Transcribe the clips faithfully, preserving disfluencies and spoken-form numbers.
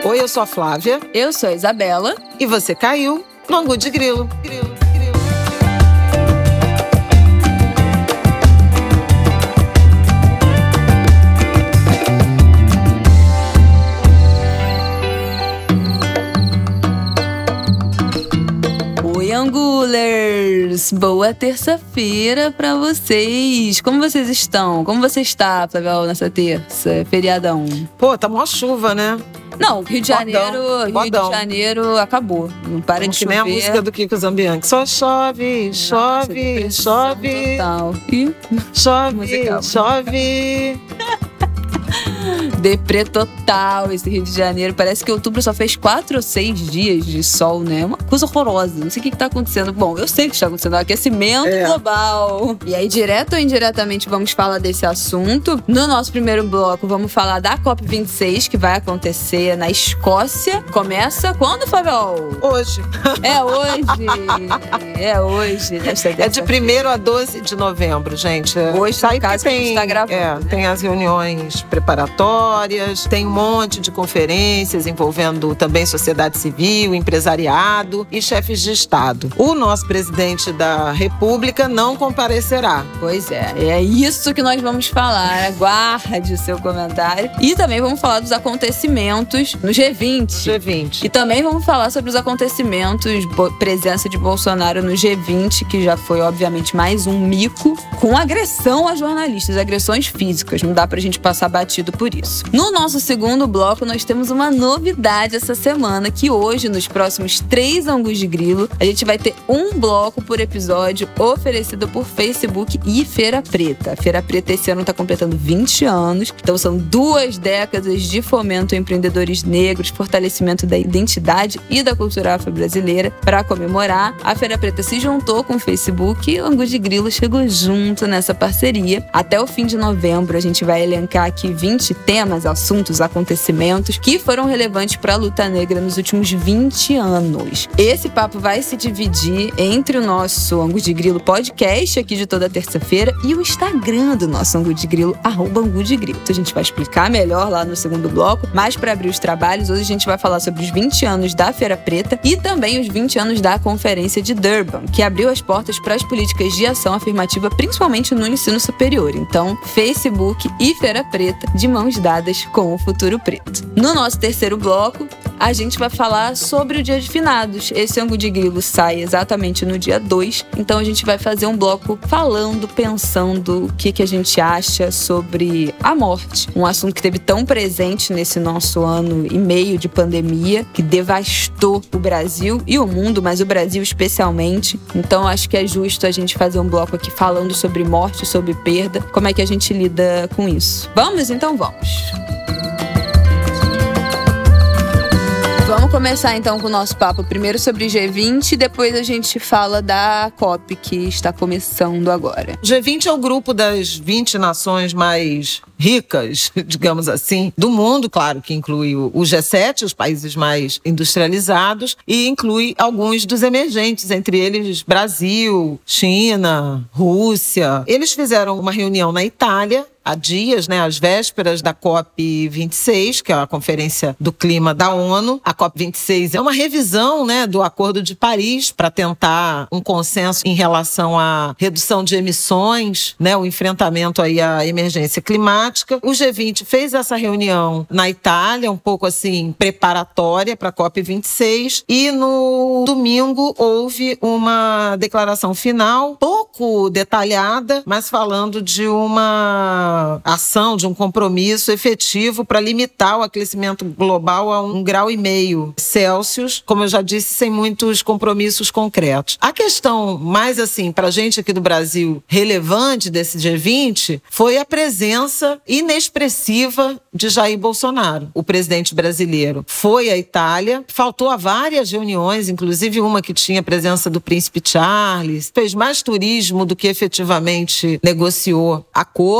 Oi, eu sou a Flávia. Eu sou a Isabela. E você caiu no Angu de Grilo. Grilo. Angulers! Boa terça-feira pra vocês! Como vocês estão? Como você está, Flávia, nessa terça? Feriadão. Pô, tá mó chuva, né? Não, Rio de Janeiro, Bodão, Rio bodão. de Janeiro acabou. Não para de chover. Nem a música do Kiko Zambianchi. Só chove, chove, Nossa, chove. Total. E chove, musical. chove. Deprê total esse Rio de Janeiro. Parece que outubro só fez quatro ou seis dias de sol, né? Uma coisa horrorosa. Não sei o que, que tá acontecendo. Bom, eu sei o que está acontecendo. Aquecimento é. global. E aí, direto ou indiretamente, vamos falar desse assunto. No nosso primeiro bloco, vamos falar da COP vinte e seis, que vai acontecer na Escócia. Começa quando, Flaviol? Hoje. É hoje. É hoje. Nesta É de primeiro a doze de novembro, gente. Hoje, Sabe no caso, que tem, que a gente tá gravando. É, né? Tem as reuniões preparatórias, tem um monte de conferências envolvendo também sociedade civil, empresariado e chefes de Estado. O nosso presidente da República não comparecerá. Pois é, é isso que nós vamos falar. Aguarde o seu comentário. E também vamos falar dos acontecimentos no G vinte. G vinte. E também vamos falar sobre os acontecimentos, presença de Bolsonaro no G vinte, que já foi, obviamente, mais um mico com agressão a jornalistas, agressões físicas. Não dá pra gente passar batido por isso. No nosso segundo bloco, nós temos uma novidade essa semana, que hoje, nos próximos três Angus de Grilo, a gente vai ter um bloco por episódio oferecido por Facebook e Feira Preta. A Feira Preta esse ano tá completando vinte anos, então são duas décadas de fomento a empreendedores negros, fortalecimento da identidade e da cultura afro-brasileira. Para comemorar, a Feira Preta se juntou com o Facebook e o Angus de Grilo chegou junto nessa parceria. Até o fim de novembro, a gente vai elencar aqui vinte temas, assuntos, acontecimentos que foram relevantes para a luta negra nos últimos vinte anos. Esse papo vai se dividir entre o nosso Angu de Grilo podcast aqui de toda terça-feira e o Instagram do nosso Angu de Grilo, arroba Angu de Grilo. Então a gente vai explicar melhor lá no segundo bloco, mas para abrir os trabalhos, hoje a gente vai falar sobre os vinte anos da Feira Preta e também os vinte anos da Conferência de Durban, que abriu as portas para as políticas de ação afirmativa, principalmente no ensino superior. Então, Facebook e Feira Preta de mãos dadas com o futuro preto. No nosso terceiro bloco, a gente vai falar sobre o Dia de Finados. Esse Angu de Grilo sai exatamente no dia dois, então a gente vai fazer um bloco falando, pensando o que, que a gente acha sobre a morte. Um assunto que teve tão presente nesse nosso ano e meio de pandemia, que devastou o Brasil e o mundo, mas o Brasil especialmente. Então acho que é justo a gente fazer um bloco aqui falando sobre morte, sobre perda, como é que a gente lida com isso. Vamos? Então vamos! Vamos começar então com o nosso papo primeiro sobre G vinte e depois a gente fala da COP que está começando agora. G vinte é o grupo das vinte nações mais ricas, digamos assim, do mundo, claro que inclui o G sete, os países mais industrializados, e inclui alguns dos emergentes, entre eles Brasil, China, Rússia. Eles fizeram uma reunião na Itália há dias, né, às vésperas da COP vinte e seis, que é a Conferência do Clima da ONU. A COP vinte e seis é uma revisão, né, do Acordo de Paris para tentar um consenso em relação à redução de emissões, né, o enfrentamento aí à emergência climática. O G vinte fez essa reunião na Itália, um pouco assim preparatória para a COP vinte e seis, e no domingo houve uma declaração final, pouco detalhada, mas falando de uma ação, de um compromisso efetivo para limitar o aquecimento global a um grau e meio Celsius, como eu já disse, sem muitos compromissos concretos. A questão mais assim, para a gente aqui do Brasil, relevante desse G vinte, foi a presença inexpressiva de Jair Bolsonaro, o presidente brasileiro. Foi à Itália, faltou a várias reuniões, inclusive uma que tinha a presença do príncipe Charles, fez mais turismo do que efetivamente negociou acordos.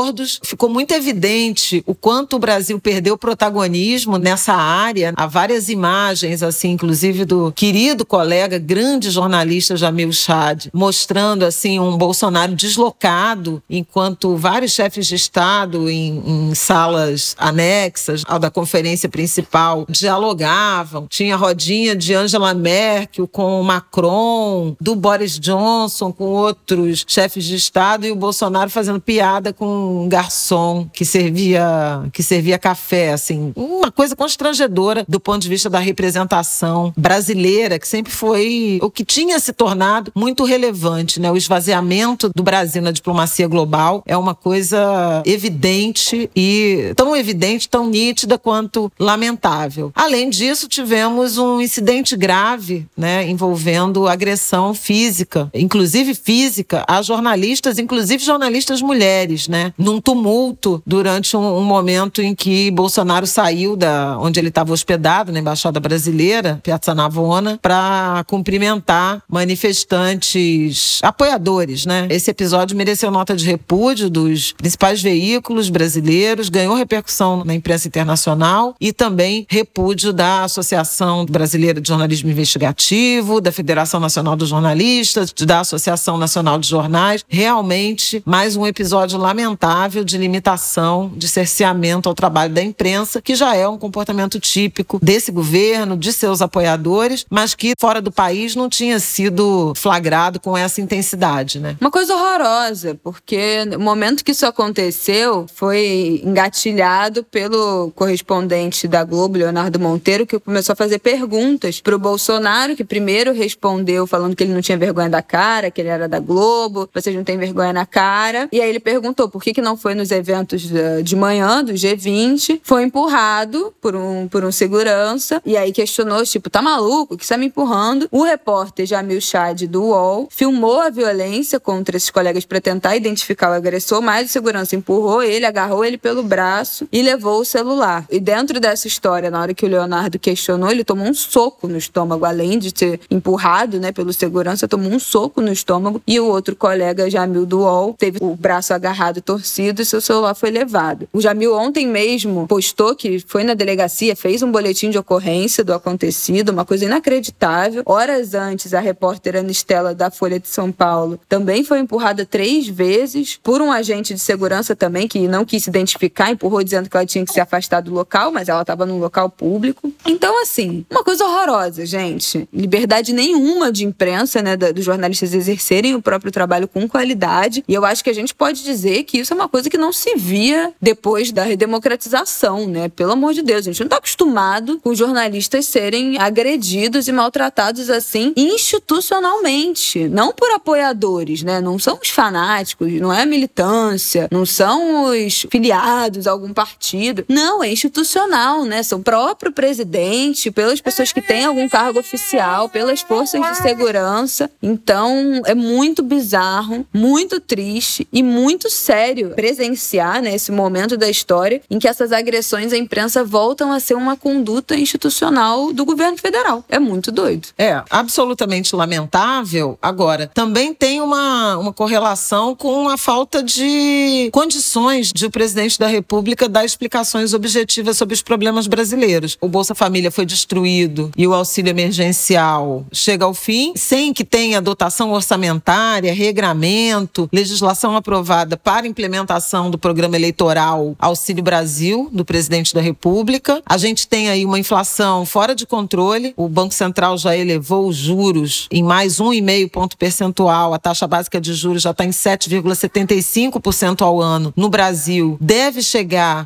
ficou muito evidente o quanto o Brasil perdeu protagonismo nessa área. Há várias imagens, assim, inclusive do querido colega, grande jornalista Jamil Chad, mostrando assim um Bolsonaro deslocado, enquanto vários chefes de Estado em, em salas anexas ao da conferência principal dialogavam. Tinha rodinha de Angela Merkel com o Macron, do Boris Johnson com outros chefes de Estado, e o Bolsonaro fazendo piada com um garçom que servia, que servia café, assim. Uma coisa constrangedora do ponto de vista da representação brasileira, que sempre foi, o que tinha se tornado muito relevante, né? O esvaziamento do Brasil na diplomacia global é uma coisa evidente, e tão evidente, tão nítida quanto lamentável. Além disso, tivemos um incidente grave, né, envolvendo agressão física, inclusive física, a jornalistas, inclusive jornalistas mulheres, né, num tumulto durante um, um momento em que Bolsonaro saiu da onde ele estava hospedado, na Embaixada Brasileira, Piazza Navona, para cumprimentar manifestantes, apoiadores, né? Esse episódio mereceu nota de repúdio dos principais veículos brasileiros, ganhou repercussão na imprensa internacional e também repúdio da Associação Brasileira de Jornalismo Investigativo, da Federação Nacional dos Jornalistas, da Associação Nacional de Jornais. Realmente, mais um episódio lamentável de limitação, de cerceamento ao trabalho da imprensa, que já é um comportamento típico desse governo, de seus apoiadores, mas que fora do país não tinha sido flagrado com essa intensidade, né? Uma coisa horrorosa, porque no momento que isso aconteceu, foi engatilhado pelo correspondente da Globo, Leonardo Monteiro, que começou a fazer perguntas pro Bolsonaro, que primeiro respondeu falando que ele não tinha vergonha da cara, que ele era da Globo, vocês não têm vergonha na cara. E aí ele perguntou por que que não foi nos eventos de manhã do G vinte, foi empurrado por um, por um segurança, e aí questionou, tipo, tá maluco? Que você tá me empurrando? O repórter Jamil Chad, do U O L, filmou a violência contra esses colegas para tentar identificar o agressor, mas o segurança empurrou ele, agarrou ele pelo braço e levou o celular. E dentro dessa história, na hora que o Leonardo questionou, ele tomou um soco no estômago, além de ser empurrado, né, pelo segurança, tomou um soco no estômago, e o outro colega, Jamil, do U O L, teve o braço agarrado e torcido e seu celular foi levado. O Jamil ontem mesmo postou que foi na delegacia, fez um boletim de ocorrência do acontecido, uma coisa inacreditável. Horas antes, a repórter Ana Estela, da Folha de São Paulo, também foi empurrada três vezes por um agente de segurança também, que não quis se identificar, empurrou dizendo que ela tinha que se afastar do local, mas ela estava num local público. Então, assim, uma coisa horrorosa, gente. Liberdade nenhuma de imprensa, né, dos jornalistas exercerem o próprio trabalho com qualidade, e eu acho que a gente pode dizer que isso é uma coisa que não se via depois da redemocratização, né? Pelo amor de Deus, a gente não está acostumado com jornalistas serem agredidos e maltratados assim institucionalmente, não por apoiadores, né? Não são os fanáticos, não é a militância, não são os filiados a algum partido. Não, é institucional, né? São o próprio presidente, pelas pessoas que têm algum cargo oficial, pelas forças de segurança. Então, é muito bizarro, muito triste e muito sério presenciar, né, esse momento da história em que essas agressões à imprensa voltam a ser uma conduta institucional do governo federal. É muito doido. É, absolutamente lamentável. Agora, também tem uma, uma correlação com a falta de condições de o presidente da República dar explicações objetivas sobre os problemas brasileiros. O Bolsa Família foi destruído e o auxílio emergencial chega ao fim, sem que tenha dotação orçamentária, regramento, legislação aprovada para implementação do programa eleitoral Auxílio Brasil, do presidente da República. A gente tem aí uma inflação fora de controle. O Banco Central já elevou os juros em mais um vírgula cinco ponto percentual. A taxa básica de juros já está em sete vírgula setenta e cinco por cento ao ano. No Brasil, deve chegar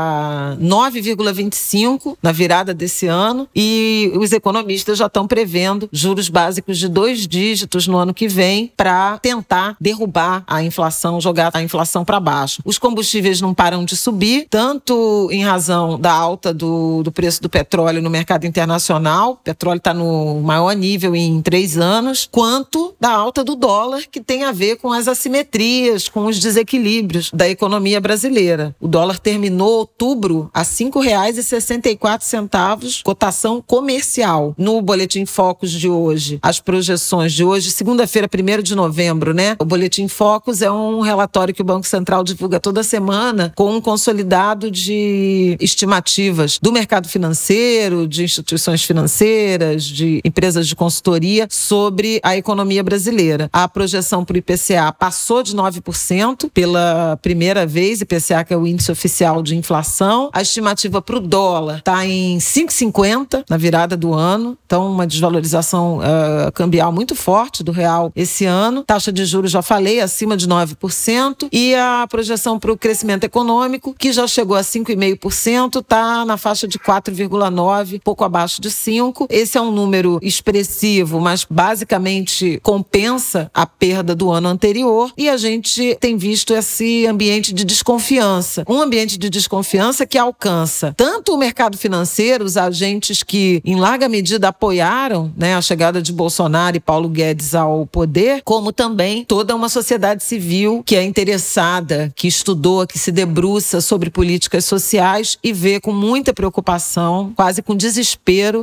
a nove vírgula vinte e cinco por cento na virada desse ano. E os economistas já estão prevendo juros básicos de dois dígitos no ano que vem para tentar derrubar a inflação, jogar a inflação para baixo. Os combustíveis não param de subir, tanto em razão da alta do, do preço do petróleo no mercado internacional, o petróleo está no maior nível em três anos, quanto da alta do dólar, que tem a ver com as assimetrias, com os desequilíbrios da economia brasileira. O dólar terminou outubro a cinco reais e sessenta e quatro centavos, cotação comercial. No Boletim Focus de hoje, as projeções de hoje, segunda-feira, primeiro de novembro, né? O Boletim Focus é um relatório que o Banco Central divulga toda semana com um consolidado de estimativas do mercado financeiro, de instituições financeiras, de empresas de consultoria sobre a economia brasileira. A projeção para o I P C A passou de nove por cento pela primeira vez, I P C A que é o índice oficial de inflação. A estimativa para o dólar está em cinco vírgula cinquenta na virada do ano, então uma desvalorização uh, cambial muito forte do real esse ano. Taxa de juros, já falei, acima de nove por cento, e a projeção para o crescimento econômico, que já chegou a cinco vírgula cinco por cento, está na faixa de quatro vírgula nove por cento, pouco abaixo de cinco por cento. Esse é um número expressivo, mas basicamente compensa a perda do ano anterior, e a gente tem visto esse ambiente de desconfiança. Um ambiente de desconfiança que alcança tanto o mercado financeiro, os agentes que, em larga medida, apoiaram, né, a chegada de Bolsonaro e Paulo Guedes ao poder, como também toda uma sociedade civil que é interessada, que estudou, que se debruça sobre políticas sociais e vê com muita preocupação, quase com desespero,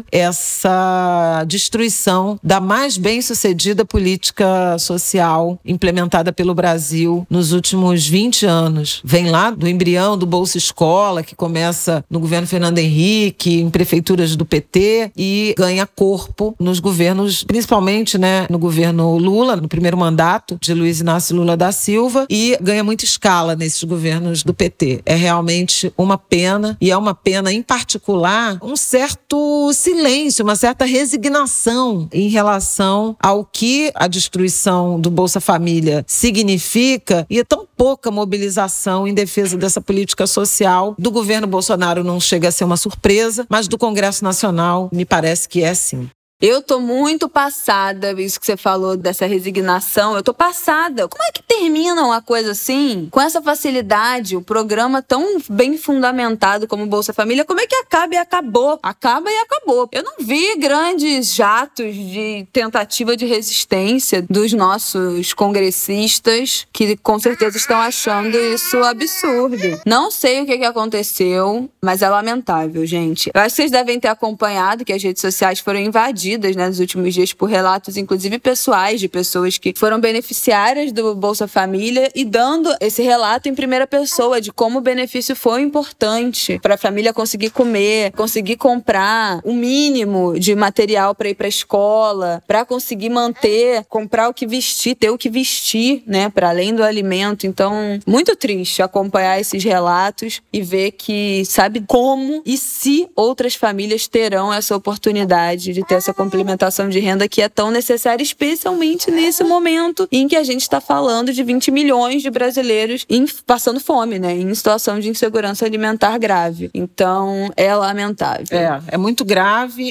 essa destruição da mais bem-sucedida política social implementada pelo Brasil nos últimos vinte anos. Vem lá do embrião do Bolsa Escola, que começa no governo Fernando Henrique, em prefeituras do P T, e ganha corpo nos governos, principalmente, né, no governo Lula, no primeiro mandato de Luiz Inácio Lula da Silva, e ganha muita escala nesses governos do P T. É realmente uma pena, e é uma pena, em particular, um certo silêncio, uma certa resignação em relação ao que a destruição do Bolsa Família significa, e é tão pouca mobilização em defesa dessa política social. Do governo Bolsonaro não chega a ser uma surpresa, mas do Congresso Nacional me parece que é sim. Eu tô muito passada, isso que você falou dessa resignação, eu tô passada. Como é que termina uma coisa assim? Com essa facilidade, o programa tão bem fundamentado como Bolsa Família, como é que acaba e acabou? Acaba e acabou. Eu não vi grandes jatos de tentativa de resistência dos nossos congressistas, que com certeza estão achando isso absurdo. Não sei o que que aconteceu, mas é lamentável, gente. Eu acho que vocês devem ter acompanhado que as redes sociais foram invadidas, né, nos últimos dias por relatos, inclusive pessoais, de pessoas que foram beneficiárias do Bolsa Família e dando esse relato em primeira pessoa de como o benefício foi importante para a família conseguir comer, conseguir comprar o mínimo de material para ir para a escola, para conseguir manter, comprar o que vestir, ter o que vestir, né, para além do alimento. Então, muito triste acompanhar esses relatos e ver que sabe como e se outras famílias terão essa oportunidade de ter essa complementação de renda que é tão necessária, especialmente nesse momento em que a gente está falando de vinte milhões de brasileiros em, passando fome, né, em situação de insegurança alimentar grave. Então, é lamentável. É, é muito grave,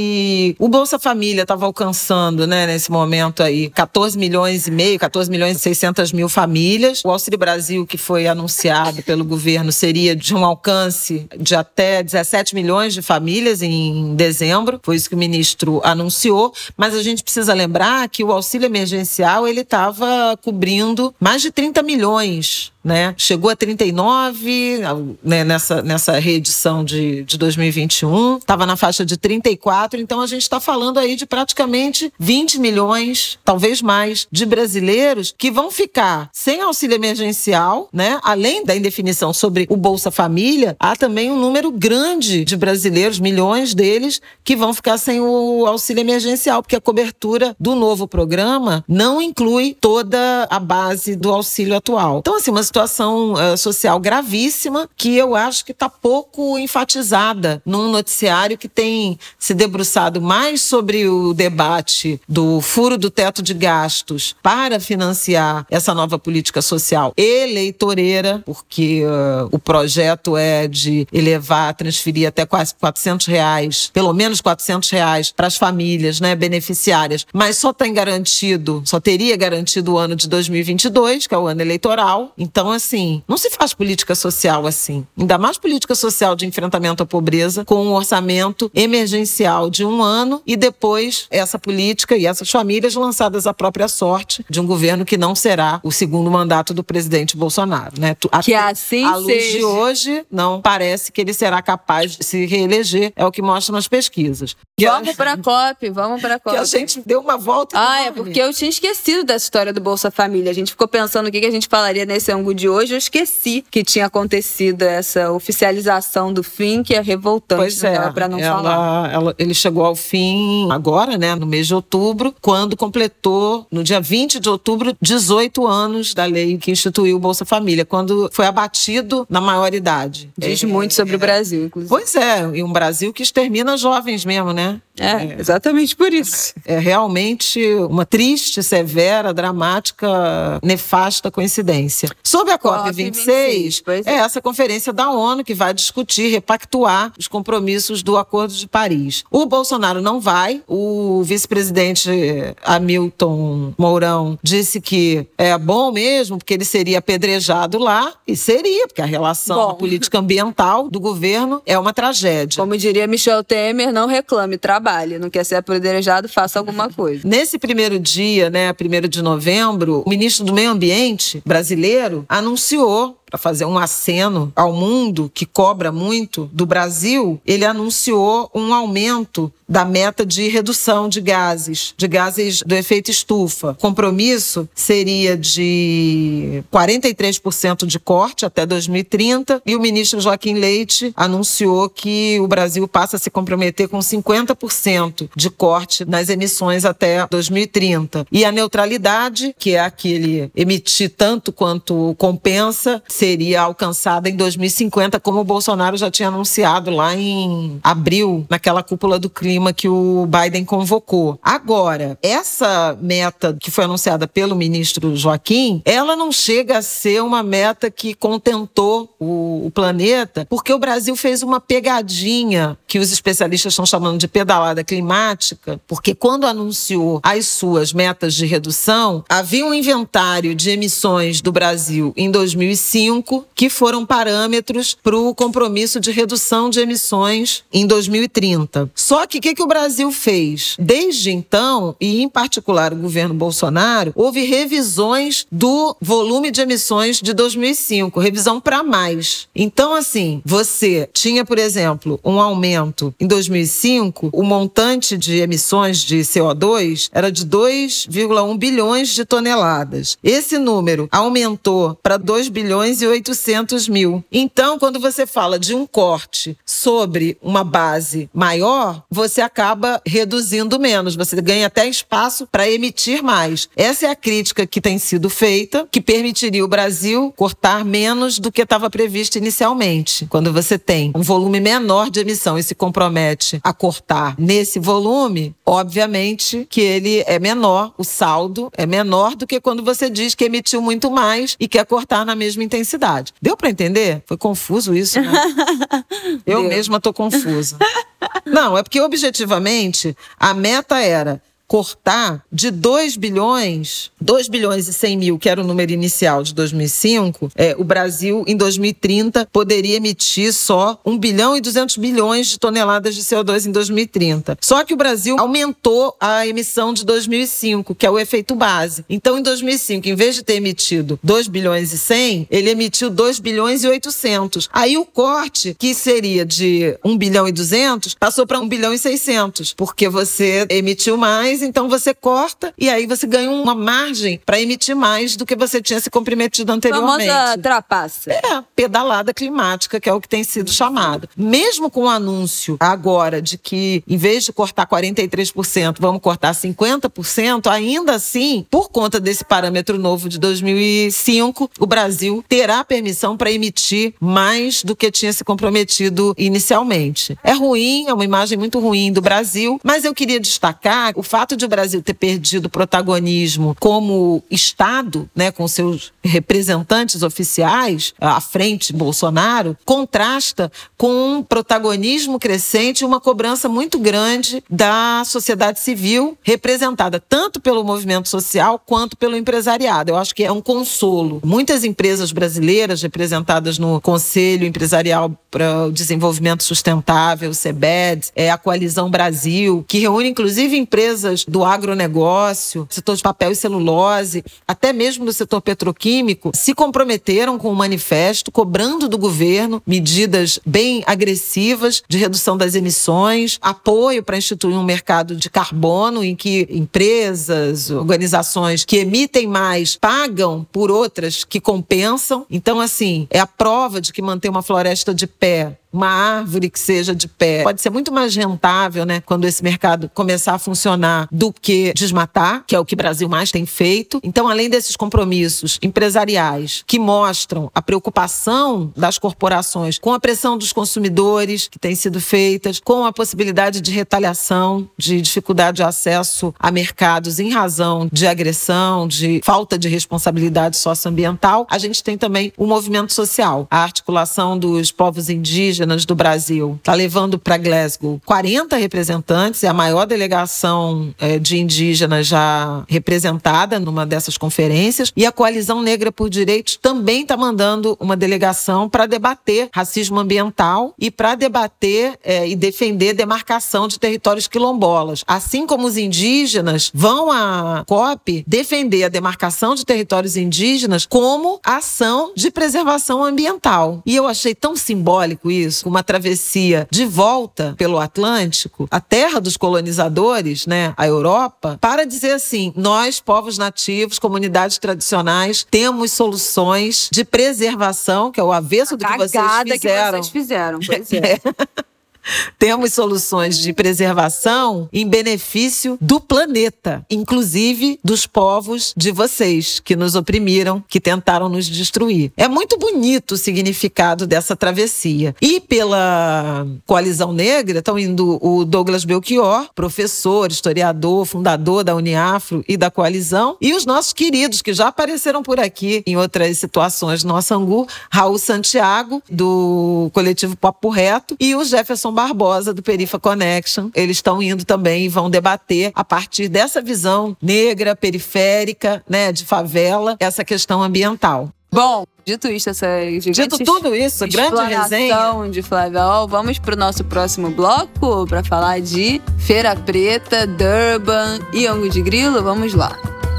e o Bolsa Família estava alcançando, né, nesse momento aí, quatorze milhões e meio, quatorze milhões e seiscentas mil famílias. O Auxílio Brasil, que foi anunciado pelo governo, seria de um alcance de até dezessete milhões de famílias em dezembro. Foi isso que o ministro anunciou, mas a gente precisa lembrar que o auxílio emergencial ele estava cobrindo mais de trinta milhões, né? Chegou a trinta e nove, né, nessa, nessa reedição de, de dois mil e vinte e um, estava na faixa de trinta e quatro, então a gente está falando aí de praticamente vinte milhões, talvez mais, de brasileiros que vão ficar sem auxílio emergencial, né? Além da indefinição sobre o Bolsa Família, há também um número grande de brasileiros, milhões deles, que vão ficar sem o auxílio emergencial, porque a cobertura do novo programa não inclui toda a base do auxílio atual. Então, assim, uma situação uh, social gravíssima que eu acho que está pouco enfatizada num noticiário que tem se debruçado mais sobre o debate do furo do teto de gastos para financiar essa nova política social eleitoreira, porque uh, o projeto é de elevar, transferir até quase quatrocentos reais, pelo menos quatrocentos reais para as famílias, né, beneficiárias, mas só tem garantido, só teria garantido o ano de dois mil e vinte e dois, que é o ano eleitoral. Então, assim, não se faz política social assim. Ainda mais política social de enfrentamento à pobreza com um orçamento emergencial de um ano e depois essa política e essas famílias lançadas à própria sorte de um governo que não será o segundo mandato do presidente Bolsonaro, né? Que assim à luz seja. de hoje, não parece que ele será capaz de se reeleger, é o que mostram as pesquisas. Vamos para a COP, vamos para a COP. Que a gente deu uma volta Ah, é porque eu tinha esquecido dessa história do Bolsa Família. A gente ficou pensando o que a gente falaria nesse ângulo de hoje, eu esqueci que tinha acontecido essa oficialização do fim, que é revoltante. Pois é, para não ela, falar. Ela, ele chegou ao fim agora, né, no mês de outubro, quando completou, no dia vinte de outubro, dezoito anos da lei que instituiu o Bolsa Família, quando foi abatido na maioridade. Diz é, muito sobre o Brasil, inclusive. Pois é, e um Brasil que extermina jovens mesmo, né? É, é, exatamente por isso. É realmente uma triste, severa, dramática, nefasta coincidência. Sobre a COP vinte e seis, é. é essa conferência da ONU que vai discutir, repactuar os compromissos do Acordo de Paris. O Bolsonaro não vai, o vice-presidente Hamilton Mourão disse que é bom mesmo, porque ele seria apedrejado lá, e seria, porque a relação a política ambiental do governo é uma tragédia. Como diria Michel Temer, não reclame, trabalhe. Não quer ser apedrejado, faça alguma coisa. Nesse primeiro dia, né, primeiro de novembro, o ministro do Meio Ambiente brasileiro anunciou, para fazer um aceno ao mundo que cobra muito do Brasil, ele anunciou um aumento da meta de redução de gases, de gases do efeito estufa. O compromisso seria de quarenta e três por cento de corte até dois mil e trinta, e o ministro Joaquim Leite anunciou que o Brasil passa a se comprometer com cinquenta por cento de corte nas emissões até dois mil e trinta. E a neutralidade, que é aquele emitir tanto quanto compensa, seria alcançada em dois mil e cinquenta, como o Bolsonaro já tinha anunciado lá em abril, naquela cúpula do clima que o Biden convocou. Agora, essa meta que foi anunciada pelo ministro Joaquim, ela não chega a ser uma meta que contentou o, o planeta, porque o Brasil fez uma pegadinha que os especialistas estão chamando de pedalada climática, porque quando anunciou as suas metas de redução, havia um inventário de emissões do Brasil em dois mil e cinco que foram parâmetros para o compromisso de redução de emissões em dois mil e trinta. Só que o que, que o Brasil fez? Desde então, e em particular o governo Bolsonaro, houve revisões do volume de emissões de dois mil e cinco, revisão para mais. Então, assim, você tinha, por exemplo, um aumento em dois mil e cinco, o montante de emissões de C O dois era de dois vírgula um bilhões de toneladas. Esse número aumentou para dois bilhões e oitocentos mil. Então, quando você fala de um corte sobre uma base maior, você acaba reduzindo menos, você ganha até espaço para emitir mais. Essa é a crítica que tem sido feita, que permitiria o Brasil cortar menos do que estava previsto inicialmente. Quando você tem um volume menor de emissão e se compromete a cortar nesse volume, obviamente que ele é menor, o saldo é menor do que quando você diz que emitiu muito mais e quer cortar na mesma intensidade. Deu para entender? Foi confuso isso, né? Eu Deu. mesma estou confusa. Não, é porque objetivamente a meta era cortar de dois bilhões, dois bilhões e cem mil, que era o número inicial de dois mil e cinco, é, o Brasil, em dois mil e trinta, poderia emitir só um bilhão e duzentos bilhões de toneladas de C O dois em dois mil e trinta. Só que o Brasil aumentou a emissão de dois mil e cinco, que é o efeito base. Então, em dois mil e cinco, em vez de ter emitido dois bilhões e cem, ele emitiu dois bilhões e oitocentos. Aí o corte, que seria de um bilhão e duzentos, passou para um bilhão e seiscentos, porque você emitiu mais, então você corta e aí você ganha uma margem para emitir mais do que você tinha se comprometido anteriormente. Famosa trapaça. É, pedalada climática, que é o que tem sido chamado. Mesmo com o anúncio agora de que, em vez de cortar quarenta e três por cento, vamos cortar cinquenta por cento, ainda assim, por conta desse parâmetro novo de dois mil e cinco, o Brasil terá permissão para emitir mais do que tinha se comprometido inicialmente. É ruim, é uma imagem muito ruim do Brasil, mas eu queria destacar o fato de o Brasil ter perdido protagonismo como Estado, né, com seus representantes oficiais à frente de Bolsonaro, contrasta com um protagonismo crescente e uma cobrança muito grande da sociedade civil, representada tanto pelo movimento social quanto pelo empresariado. Eu acho que é um consolo. Muitas empresas brasileiras representadas no Conselho Empresarial para o Desenvolvimento Sustentável, o C E B E D, é a Coalizão Brasil, que reúne inclusive empresas empresas do agronegócio, setor de papel e celulose, até mesmo do setor petroquímico, se comprometeram com o manifesto, cobrando do governo medidas bem agressivas de redução das emissões, apoio para instituir um mercado de carbono em que empresas, organizações que emitem mais pagam por outras que compensam. Então, assim, é a prova de que manter uma floresta de pé, uma árvore que seja de pé, pode ser muito mais rentável, né, quando esse mercado começar a funcionar, do que desmatar, que é o que o Brasil mais tem feito. Então, além desses compromissos empresariais que mostram a preocupação das corporações com a pressão dos consumidores que tem sido feitas, com a possibilidade de retaliação, de dificuldade de acesso a mercados em razão de agressão, de falta de responsabilidade socioambiental, a gente tem também o movimento social, a articulação dos povos indígenas do Brasil está levando para Glasgow quarenta representantes, é a maior delegação é, de indígenas já representada numa dessas conferências, e a Coalizão Negra por Direitos também está mandando uma delegação para debater racismo ambiental e para debater é, e defender demarcação de territórios quilombolas. Assim como os indígenas vão à COP defender a demarcação de territórios indígenas como ação de preservação ambiental. E eu achei tão simbólico isso, uma travessia de volta pelo Atlântico, a terra dos colonizadores, né, a Europa, para dizer assim, nós, povos nativos, comunidades tradicionais, temos soluções de preservação, que é o avesso do que vocês fizeram. Que vocês fizeram, pois é. é. Temos soluções de preservação em benefício do planeta, inclusive dos povos de vocês, que nos oprimiram, que tentaram nos destruir. É muito bonito o significado dessa travessia. E pela Coalizão Negra estão indo o Douglas Belchior, professor, historiador, fundador da Uniafro e da Coalizão, e os nossos queridos, que já apareceram por aqui em outras situações no nosso Angu, Raul Santiago, do coletivo Papo Reto, e o Jefferson Barbosa, do Perifa Connection. Eles estão indo também e vão debater, a partir dessa visão negra, periférica, né, de favela, essa questão ambiental. Bom, dito isso, essa dito tudo isso, grande resenha de Flaviol, vamos para o nosso próximo bloco para falar de Feira Preta, Durban e Angu de Grilo. Vamos lá.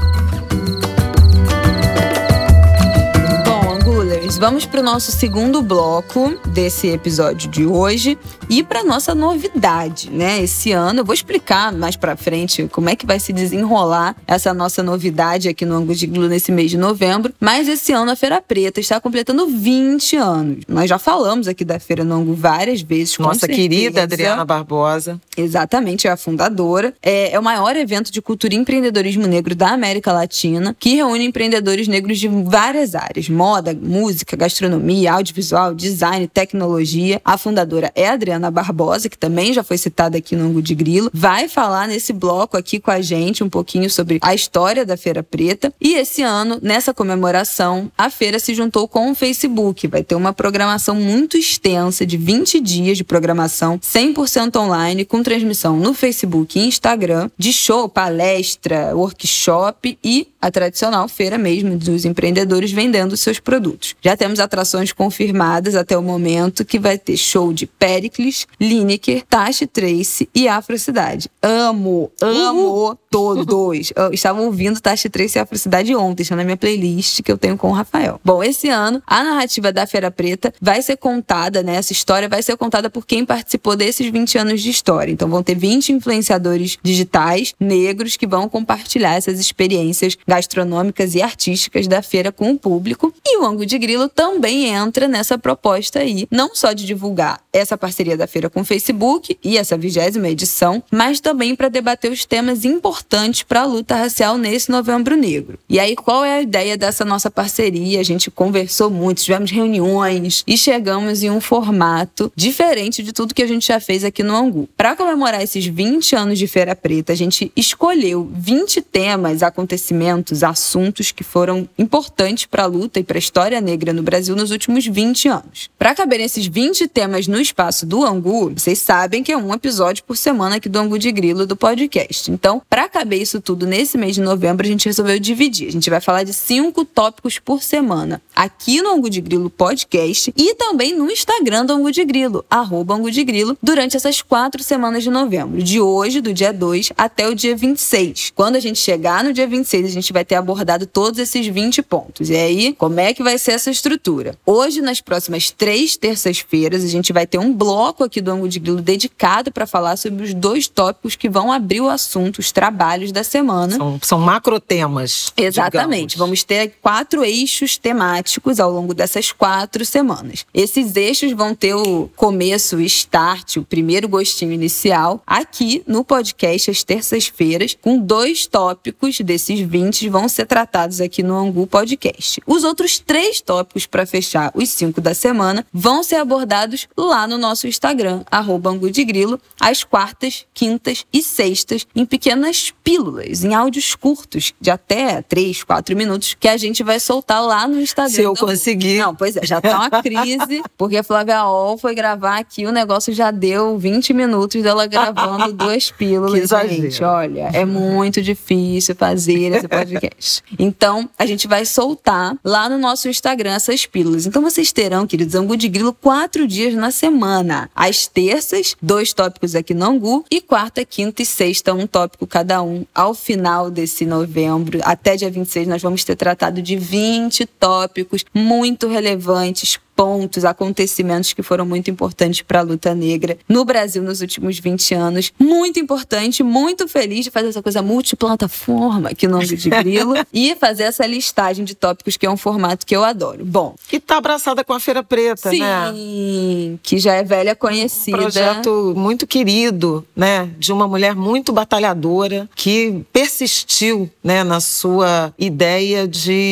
Vamos para o nosso segundo bloco desse episódio de hoje e para nossa novidade, né? Esse ano, eu vou explicar mais para frente como é que vai se desenrolar essa nossa novidade aqui no Angu de Grilo nesse mês de novembro, mas esse ano a Feira Preta está completando vinte anos. Nós já falamos aqui da Feira no Angu várias vezes, com Nossa certeza. Querida Adriana Barbosa. Exatamente, é a fundadora. É, é o maior evento de cultura e empreendedorismo negro da América Latina, que reúne empreendedores negros de várias áreas: moda, música, gastronomia, audiovisual, design, tecnologia. A fundadora é a Adriana Barbosa, que também já foi citada aqui no Angu de Grilo. Vai falar nesse bloco aqui com a gente um pouquinho sobre a história da Feira Preta. E esse ano, nessa comemoração, a feira se juntou com o Facebook. Vai ter uma programação muito extensa de vinte dias de programação cem por cento online, com transmissão no Facebook e Instagram, de show, palestra, workshop e a tradicional feira mesmo dos empreendedores vendendo seus produtos. Já temos atrações confirmadas até o momento, que vai ter show de Péricles, Lineker, Tashi Trace e Afrocidade. Amo, amo Uhul. todos. Eu estava ouvindo Tashi Trace e Afrocidade ontem, está na minha playlist que eu tenho com o Rafael. Bom, esse ano a narrativa da Feira Preta vai ser contada, né? Essa história vai ser contada por quem participou desses vinte anos de história. Então vão ter vinte influenciadores digitais negros que vão compartilhar essas experiências gastronômicas e artísticas da feira com o público. E o Angu de Grilo também entra nessa proposta aí, não só de divulgar essa parceria da feira com o Facebook e essa vigésima edição, mas também para debater os temas importantes para a luta racial nesse Novembro Negro. E aí, qual é a ideia dessa nossa parceria? A gente conversou muito, tivemos reuniões e chegamos em um formato diferente de tudo que a gente já fez aqui no Angu. Para comemorar esses vinte anos de Feira Preta, a gente escolheu vinte temas, acontecimentos acontecimentos, assuntos que foram importantes para a luta e para a história negra no Brasil nos últimos vinte anos. Para caber esses vinte temas no espaço do Angu, vocês sabem que é um episódio por semana aqui do Angu de Grilo do podcast. Então, para caber isso tudo nesse mês de novembro, a gente resolveu dividir. A gente vai falar de cinco tópicos por semana aqui no Angu de Grilo podcast e também no Instagram do Angu de Grilo, arroba Angu de Grilo, durante essas quatro semanas de novembro, de hoje, do dia dois, até o dia vinte e seis. Quando a gente chegar no dia vinte e seis, a gente vai ter abordado todos esses vinte pontos. E aí, como é que vai ser essa estrutura? Hoje, nas próximas três terças-feiras, a gente vai ter um bloco aqui do Angu de Grilo dedicado para falar sobre os dois tópicos que vão abrir o assunto, os trabalhos da semana. São, são macrotemas. Exatamente. Digamos. Vamos ter quatro eixos temáticos ao longo dessas quatro semanas. Esses eixos vão ter o começo, o start, o primeiro gostinho inicial, aqui no podcast às terças-feiras, com dois tópicos desses vinte vão ser tratados aqui no Angu Podcast. Os outros três tópicos para fechar os cinco da semana vão ser abordados lá no nosso Instagram, arroba Angu de Grilo, às quartas, quintas e sextas, em pequenas pílulas, em áudios curtos, de até três, quatro minutos, que a gente vai soltar lá no Instagram. Se eu conseguir. Não, pois é, já tá uma crise, porque a Flávia Ol foi gravar aqui, o negócio já deu vinte minutos dela gravando duas pílulas. Que gente, olha, é muito difícil fazer esse podcast. Então, a gente vai soltar lá no nosso Instagram essas pílulas. Então, vocês terão, queridos, Angu de Grilo, quatro dias na semana. Às terças, dois tópicos aqui no Angu, e quarta, quinta e sexta, um tópico cada um. Ao final desse novembro, até dia vinte e seis, nós vamos ter tratado de vinte tópicos muito relevantes, pontos, acontecimentos que foram muito importantes para a luta negra no Brasil nos últimos vinte anos. Muito importante, muito feliz de fazer essa coisa multiplataforma aqui no Angu de Grilo e fazer essa listagem de tópicos, que é um formato que eu adoro. Bom, que tá abraçada com a Feira Preta, sim, né? Sim, que já é velha conhecida. Um projeto muito querido, né? De uma mulher muito batalhadora que persistiu, né, na sua ideia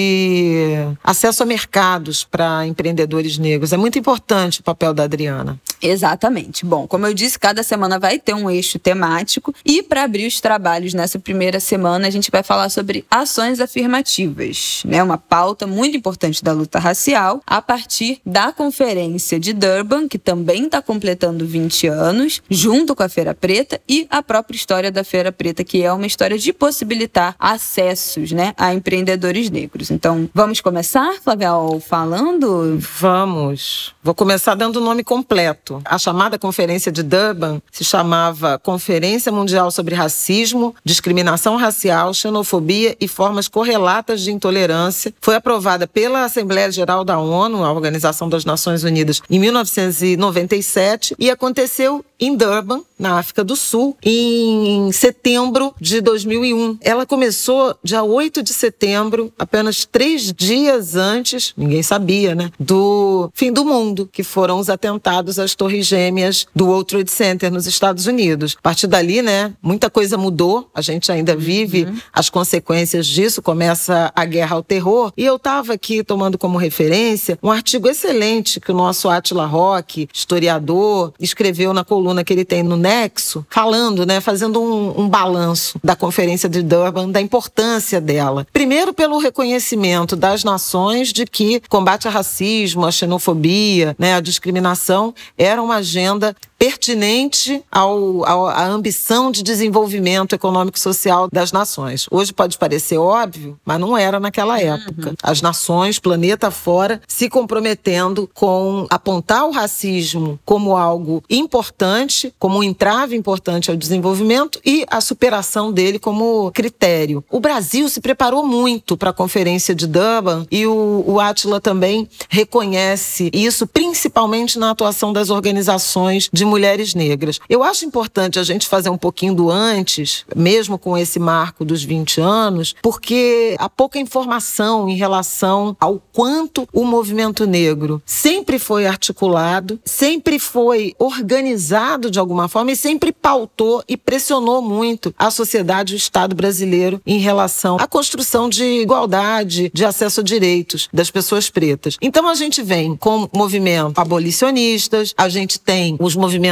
de acesso a mercados para empreendedores negros. É muito importante o papel da Adriana. Exatamente. Bom, como eu disse, cada semana vai ter um eixo temático e para abrir os trabalhos nessa primeira semana a gente vai falar sobre ações afirmativas, né? Uma pauta muito importante da luta racial a partir da Conferência de Durban, que também está completando vinte anos, junto com a Feira Preta e a própria história da Feira Preta, que é uma história de possibilitar acessos, né, a empreendedores negros. Então, vamos começar, Flávia, falando? Vamos. Vou começar dando o nome completo. A chamada Conferência de Durban se chamava Conferência Mundial sobre Racismo, Discriminação Racial, Xenofobia e Formas Correlatas de Intolerância. Foi aprovada pela Assembleia Geral da ONU, a Organização das Nações Unidas, em mil novecentos e noventa e sete e aconteceu em Durban, na África do Sul, em setembro de dois mil e um. Ela começou dia oito de setembro, apenas três dias antes, ninguém sabia, né, do fim do mundo, que foram os atentados às Torres Gêmeas do World Trade Center nos Estados Unidos. A partir dali, né, muita coisa mudou, a gente ainda vive uhum. as consequências disso, começa a guerra ao terror, e eu estava aqui tomando como referência um artigo excelente que o nosso Átila Roque, historiador, escreveu na coluna que ele tem no Nexo, falando, né, fazendo um, um balanço da Conferência de Durban, da importância dela. Primeiro, pelo reconhecimento das nações de que combate ao racismo, a xenofobia, né, a discriminação era uma agenda pertinente ao, ao, à ambição de desenvolvimento econômico e social das nações. Hoje pode parecer óbvio, mas não era naquela época. Uhum. As nações, planeta fora, se comprometendo com apontar o racismo como algo importante, como um entrave importante ao desenvolvimento e a superação dele como critério. O Brasil se preparou muito para a Conferência de Durban e o, o Átila também reconhece isso, principalmente na atuação das organizações de mulheres negras. Eu acho importante a gente fazer um pouquinho do antes, mesmo com esse marco dos vinte anos, porque há pouca informação em relação ao quanto o movimento negro sempre foi articulado, sempre foi organizado de alguma forma e sempre pautou e pressionou muito a sociedade e o Estado brasileiro em relação à construção de igualdade, de acesso a direitos das pessoas pretas. Então a gente vem com movimentos abolicionistas, a gente tem os movimentos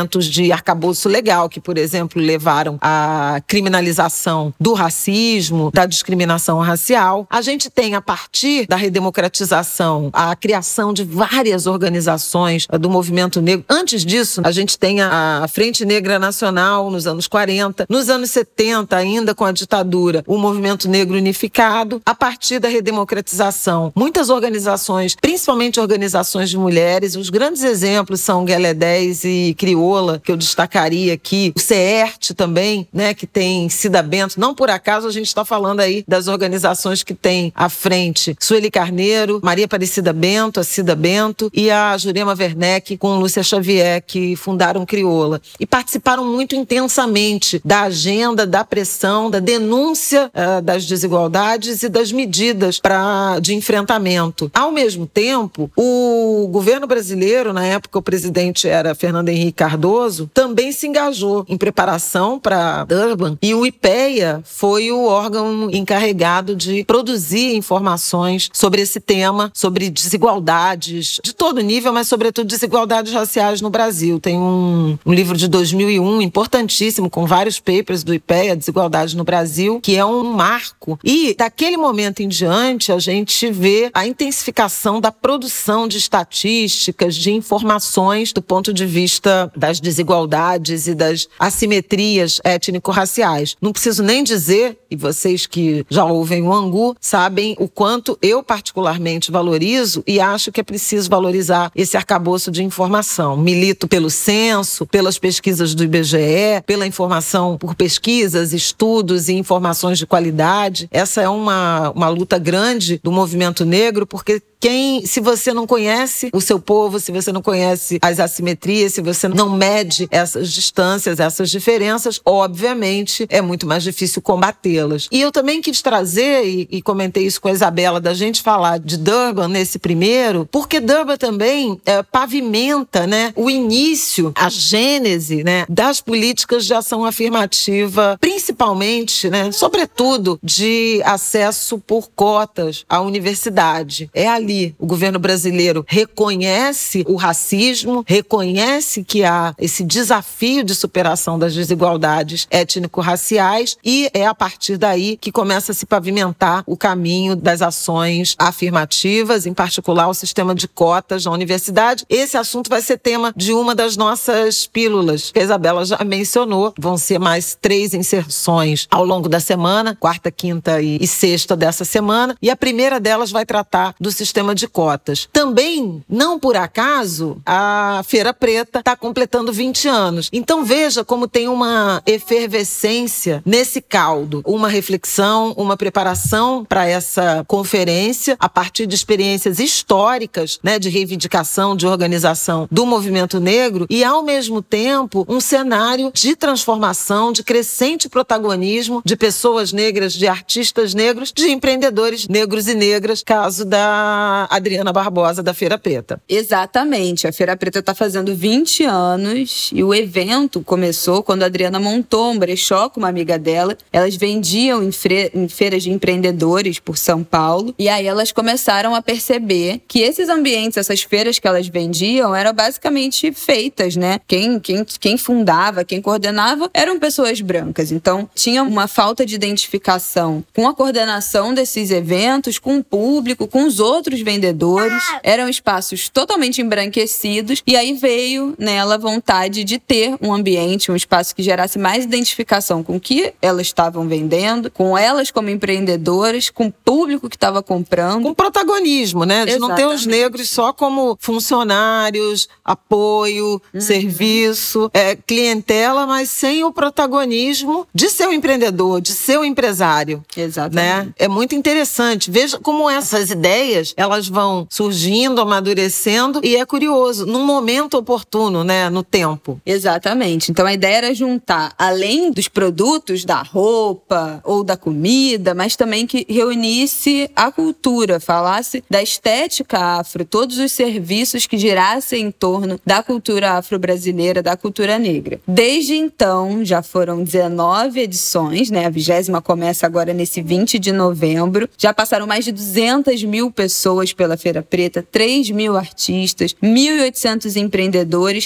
movimentos de arcabouço legal, que, por exemplo, levaram à criminalização do racismo, da discriminação racial. A gente tem, a partir da redemocratização, a criação de várias organizações do movimento negro. Antes disso, a gente tem a Frente Negra Nacional nos anos quarenta. Nos anos setenta, ainda com a ditadura, o movimento negro unificado. A partir da redemocratização, muitas organizações, principalmente organizações de mulheres, os grandes exemplos são Guelé dez e Crioula, que eu destacaria aqui. O CERT também, né, que tem Cida Bento. Não por acaso a gente está falando aí das organizações que tem à frente Sueli Carneiro, Maria Aparecida Bento, a Cida Bento e a Jurema Werneck com Lúcia Xavier, que fundaram Crioula. E participaram muito intensamente da agenda, da pressão, da denúncia uh, das desigualdades e das medidas pra, de enfrentamento. Ao mesmo tempo, o governo brasileiro, na época o presidente era Fernando Henrique Cardoso, também se engajou em preparação para Durban, e o IPEA foi o órgão encarregado de produzir informações sobre esse tema, sobre desigualdades de todo nível, mas sobretudo desigualdades raciais no Brasil. Tem um, um livro de dois mil e um importantíssimo, com vários papers do IPEA, Desigualdade no Brasil, que é um marco. E daquele momento em diante, a gente vê a intensificação da produção de estatísticas, de informações do ponto de vista das desigualdades e das assimetrias étnico-raciais. Não preciso nem dizer, e vocês que já ouvem o Angu sabem o quanto eu particularmente valorizo e acho que é preciso valorizar esse arcabouço de informação. Milito pelo censo, pelas pesquisas do I B G E, pela informação por pesquisas, estudos e informações de qualidade. Essa é uma, uma luta grande do movimento negro, porque Quem, se você não conhece o seu povo, se você não conhece as assimetrias, se você não mede essas distâncias, essas diferenças, obviamente é muito mais difícil combatê-las. E eu também quis trazer, e, e comentei isso com a Isabela, da gente falar de Durban nesse primeiro, porque Durban também é, pavimenta, né, o início, a gênese, né, das políticas de ação afirmativa, principalmente, né, sobretudo, de acesso por cotas à universidade. É ali o governo brasileiro reconhece o racismo, reconhece que há esse desafio de superação das desigualdades étnico-raciais, e é a partir daí que começa a se pavimentar o caminho das ações afirmativas, em particular o sistema de cotas na universidade. Esse assunto vai ser tema de uma das nossas pílulas, que a Isabela já mencionou. Vão ser mais três inserções ao longo da semana, quarta, quinta e sexta dessa semana, e a primeira delas vai tratar do sistema de cotas. Também, não por acaso, a Feira Preta está completando vinte anos. Então veja como tem uma efervescência nesse caldo, uma reflexão, uma preparação para essa conferência a partir de experiências históricas, né, de reivindicação, de organização do movimento negro, e ao mesmo tempo um cenário de transformação, de crescente protagonismo de pessoas negras, de artistas negros, de empreendedores negros e negras, caso da Adriana Barbosa, da Feira Preta. Exatamente. A Feira Preta está fazendo vinte anos e o evento começou quando a Adriana montou um brechó com uma amiga dela. Elas vendiam em, fre- em feiras de empreendedores por São Paulo, e aí elas começaram a perceber que esses ambientes, essas feiras que elas vendiam, eram basicamente feitas, né? Quem, quem, quem fundava, quem coordenava eram pessoas brancas. Então, tinha uma falta de identificação com a coordenação desses eventos, com o público, com os outros vendedores. Eram espaços totalmente embranquecidos, e aí veio nela a vontade de ter um ambiente, um espaço que gerasse mais identificação com o que elas estavam vendendo, com elas como empreendedoras, com o público que estava comprando. Com protagonismo, né? De Exatamente. Não ter os negros só como funcionários, apoio, uhum. serviço, é, clientela, mas sem o protagonismo de ser um empreendedor, de ser um empresário. Exatamente. Né? É muito interessante. Veja como essas ideias, elas vão surgindo, amadurecendo, e é curioso, num momento oportuno, né, no tempo. Exatamente. Então a ideia era juntar, além dos produtos, da roupa ou da comida, mas também que reunisse a cultura, falasse da estética afro, todos os serviços que girassem em torno da cultura afro-brasileira, da cultura negra. Desde então, já foram dezenove edições, né? A vigésima começa agora nesse vinte de novembro. Já passaram mais de duzentas mil pessoas pela Feira Preta, três mil artistas, mil e oitocentos empreendedores. Já foram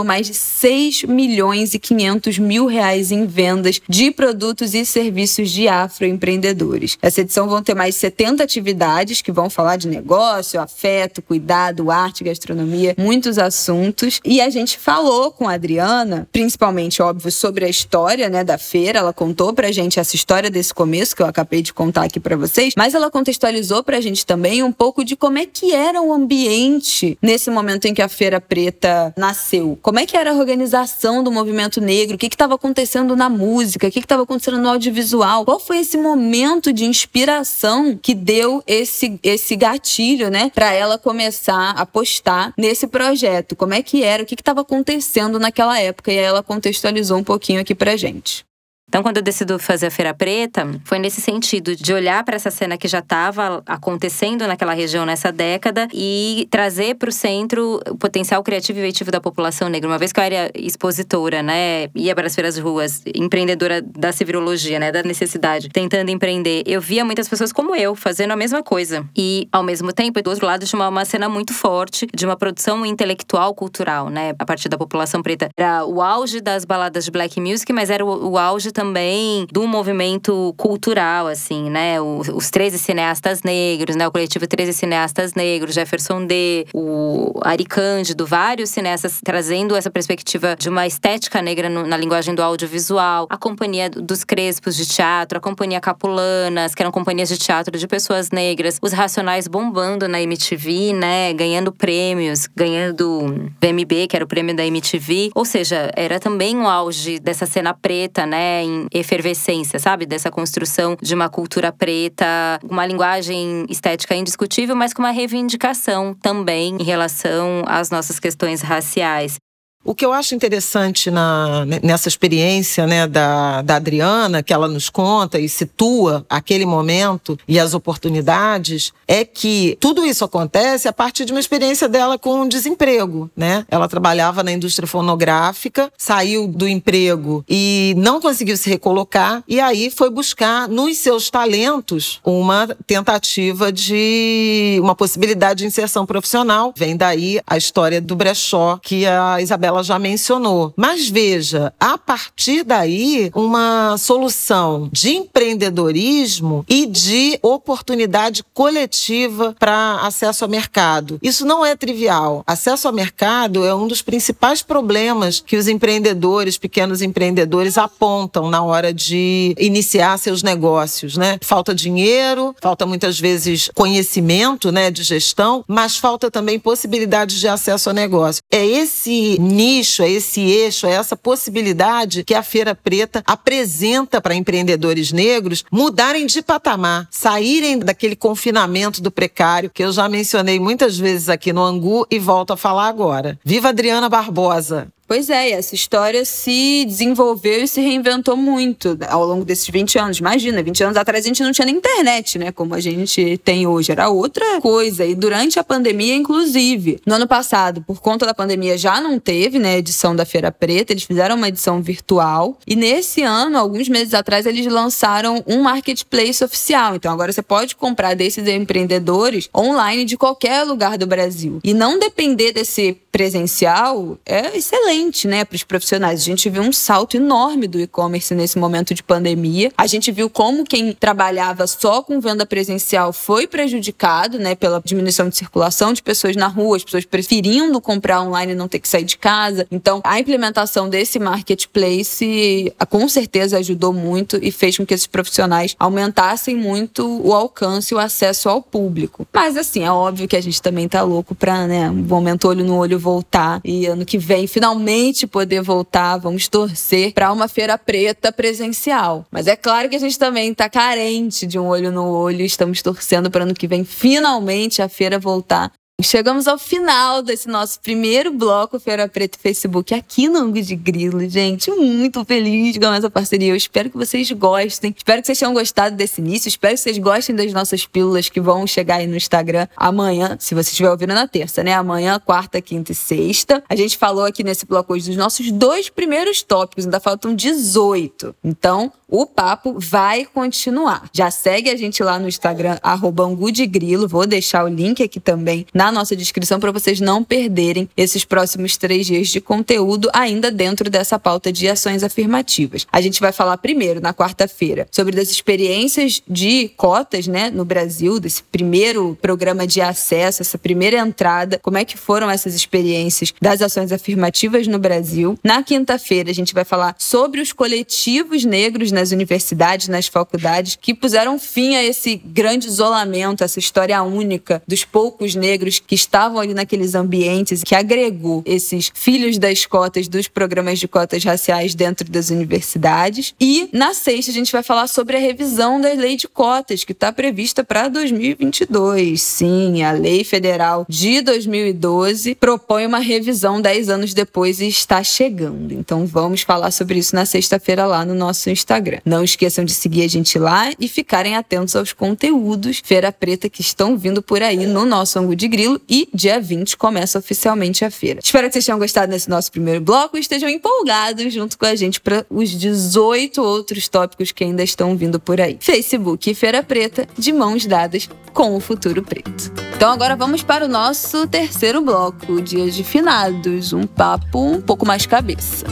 foram mais de seis milhões e quinhentos mil reais em vendas de produtos e serviços de afroempreendedores. Essa edição vão ter mais de setenta atividades que vão falar de negócio, afeto, cuidado, arte, gastronomia, muitos assuntos. E a gente falou com a Adriana, principalmente, óbvio, sobre a história, né, da feira. Ela contou pra gente essa história desse começo que eu acabei de contar aqui pra vocês, mas ela contextualizou pra gente também um pouco de como é que era o ambiente nesse momento em que a Feira Preta nasceu. Como é que era a organização do movimento negro, o que estava acontecendo na música, o que estava acontecendo no audiovisual, qual foi esse momento de inspiração que deu esse, esse gatilho, né, pra ela começar a apostar nesse projeto. Como é que era, o que estava acontecendo naquela época, e aí ela contextualizou um pouquinho aqui pra gente. Então, quando eu decido fazer a Feira Preta, foi nesse sentido de olhar para essa cena que já estava acontecendo naquela região nessa década e trazer para o centro o potencial criativo e inventivo da população negra. Uma vez que eu era expositora, né, ia para as feiras de ruas, empreendedora da civirologia, né, da necessidade, tentando empreender, eu via muitas pessoas como eu, fazendo a mesma coisa. E, ao mesmo tempo, do outro lado, tinha uma, uma cena muito forte de uma produção intelectual, cultural, né, a partir da população preta. Era o auge das baladas de black music, mas era o, o auge também também do movimento cultural, assim, né? Os, os treze cineastas negros, né? O coletivo treze cineastas negros, Jefferson D, o Ari Cândido, vários cineastas trazendo essa perspectiva de uma estética negra no, na linguagem do audiovisual. A Companhia dos Crespos de Teatro, a Companhia Capulanas, que eram companhias de teatro de pessoas negras. Os Racionais bombando na M T V, né? Ganhando prêmios, ganhando V M B, que era o prêmio da M T V. Ou seja, era também o auge dessa cena preta, né? Em efervescência, sabe? Dessa construção de uma cultura preta, uma linguagem estética indiscutível, mas com uma reivindicação também em relação às nossas questões raciais. O que eu acho interessante na, nessa experiência, né, da, da Adriana, que ela nos conta e situa aquele momento e as oportunidades, é que tudo isso acontece a partir de uma experiência dela com desemprego, né? Ela trabalhava na indústria fonográfica, saiu do emprego e não conseguiu se recolocar, e aí foi buscar nos seus talentos uma tentativa de uma possibilidade de inserção profissional. Vem daí a história do brechó que a Isabela ela já mencionou. Mas veja, a partir daí, uma solução de empreendedorismo e de oportunidade coletiva para acesso ao mercado. Isso não é trivial. Acesso ao mercado é um dos principais problemas que os empreendedores, pequenos empreendedores, apontam na hora de iniciar seus negócios, né? Falta dinheiro, falta muitas vezes conhecimento, né, de gestão, mas falta também possibilidades de acesso ao negócio. É esse nicho, é esse eixo, é essa possibilidade que a Feira Preta apresenta para empreendedores negros mudarem de patamar, saírem daquele confinamento do precário, que eu já mencionei muitas vezes aqui no Angu e volto a falar agora. Viva Adriana Barbosa! Pois é, e essa história se desenvolveu e se reinventou muito ao longo desses vinte anos. Imagina, vinte anos atrás a gente não tinha nem internet, né? Como a gente tem hoje. Era outra coisa. E durante a pandemia, inclusive. No ano passado, por conta da pandemia, já não teve, né, edição da Feira Preta. Eles fizeram uma edição virtual. E nesse ano, alguns meses atrás, eles lançaram um marketplace oficial. Então agora você pode comprar desses empreendedores online de qualquer lugar do Brasil. E não depender desse presencial é excelente, né, para os profissionais. A gente viu um salto enorme do e-commerce nesse momento de pandemia. A gente viu como quem trabalhava só com venda presencial foi prejudicado, né, pela diminuição de circulação de pessoas na rua, as pessoas preferindo comprar online e não ter que sair de casa. Então, a implementação desse marketplace com certeza ajudou muito e fez com que esses profissionais aumentassem muito o alcance e o acesso ao público. Mas, assim, é óbvio que a gente também tá louco para, né, um momento olho no olho voltar e ano que vem finalmente poder voltar. Vamos torcer para uma Feira Preta presencial. Mas é claro que a gente também tá carente de um olho no olho. Estamos torcendo para ano que vem finalmente a feira voltar. Chegamos ao final desse nosso primeiro bloco Feira Preta Facebook aqui no Angu de Grilo, gente. Muito feliz com essa parceria. Eu espero que vocês gostem. Espero que vocês tenham gostado desse início. Espero que vocês gostem das nossas pílulas que vão chegar aí no Instagram amanhã, se você estiver ouvindo na terça, né? Amanhã, quarta, quinta e sexta. A gente falou aqui nesse bloco hoje dos nossos dois primeiros tópicos. Ainda faltam dezoito. Então, o papo vai continuar. Já segue a gente lá no Instagram, arroba Angu de Grilo. Vou deixar o link aqui também na nossa descrição para vocês não perderem esses próximos três dias de conteúdo ainda dentro dessa pauta de ações afirmativas. A gente vai falar primeiro, na quarta-feira, sobre das experiências de cotas, né, no Brasil, desse primeiro programa de acesso, essa primeira entrada, como é que foram essas experiências das ações afirmativas no Brasil. Na quinta-feira, a gente vai falar sobre os coletivos negros nas universidades, nas faculdades, que puseram fim a esse grande isolamento, essa história única dos poucos negros que estavam ali naqueles ambientes, que agregou esses filhos das cotas, dos programas de cotas raciais dentro das universidades. E na sexta, a gente vai falar sobre a revisão da lei de cotas, que está prevista para dois mil e vinte e dois. Sim, a lei federal de dois mil e doze propõe uma revisão dez anos depois e está chegando. Então vamos falar sobre isso na sexta-feira lá no nosso Instagram. Não esqueçam de seguir a gente lá e ficarem atentos aos conteúdos Feira Preta que estão vindo por aí no nosso Angu de Grilo, e dia vinte começa oficialmente a feira. Espero que vocês tenham gostado desse nosso primeiro bloco e estejam empolgados junto com a gente para os dezoito outros tópicos que ainda estão vindo por aí. Facebook e Feira Preta, de mãos dadas com o futuro preto. Então agora vamos para o nosso terceiro bloco, Dia de Finados, um papo um pouco mais cabeça.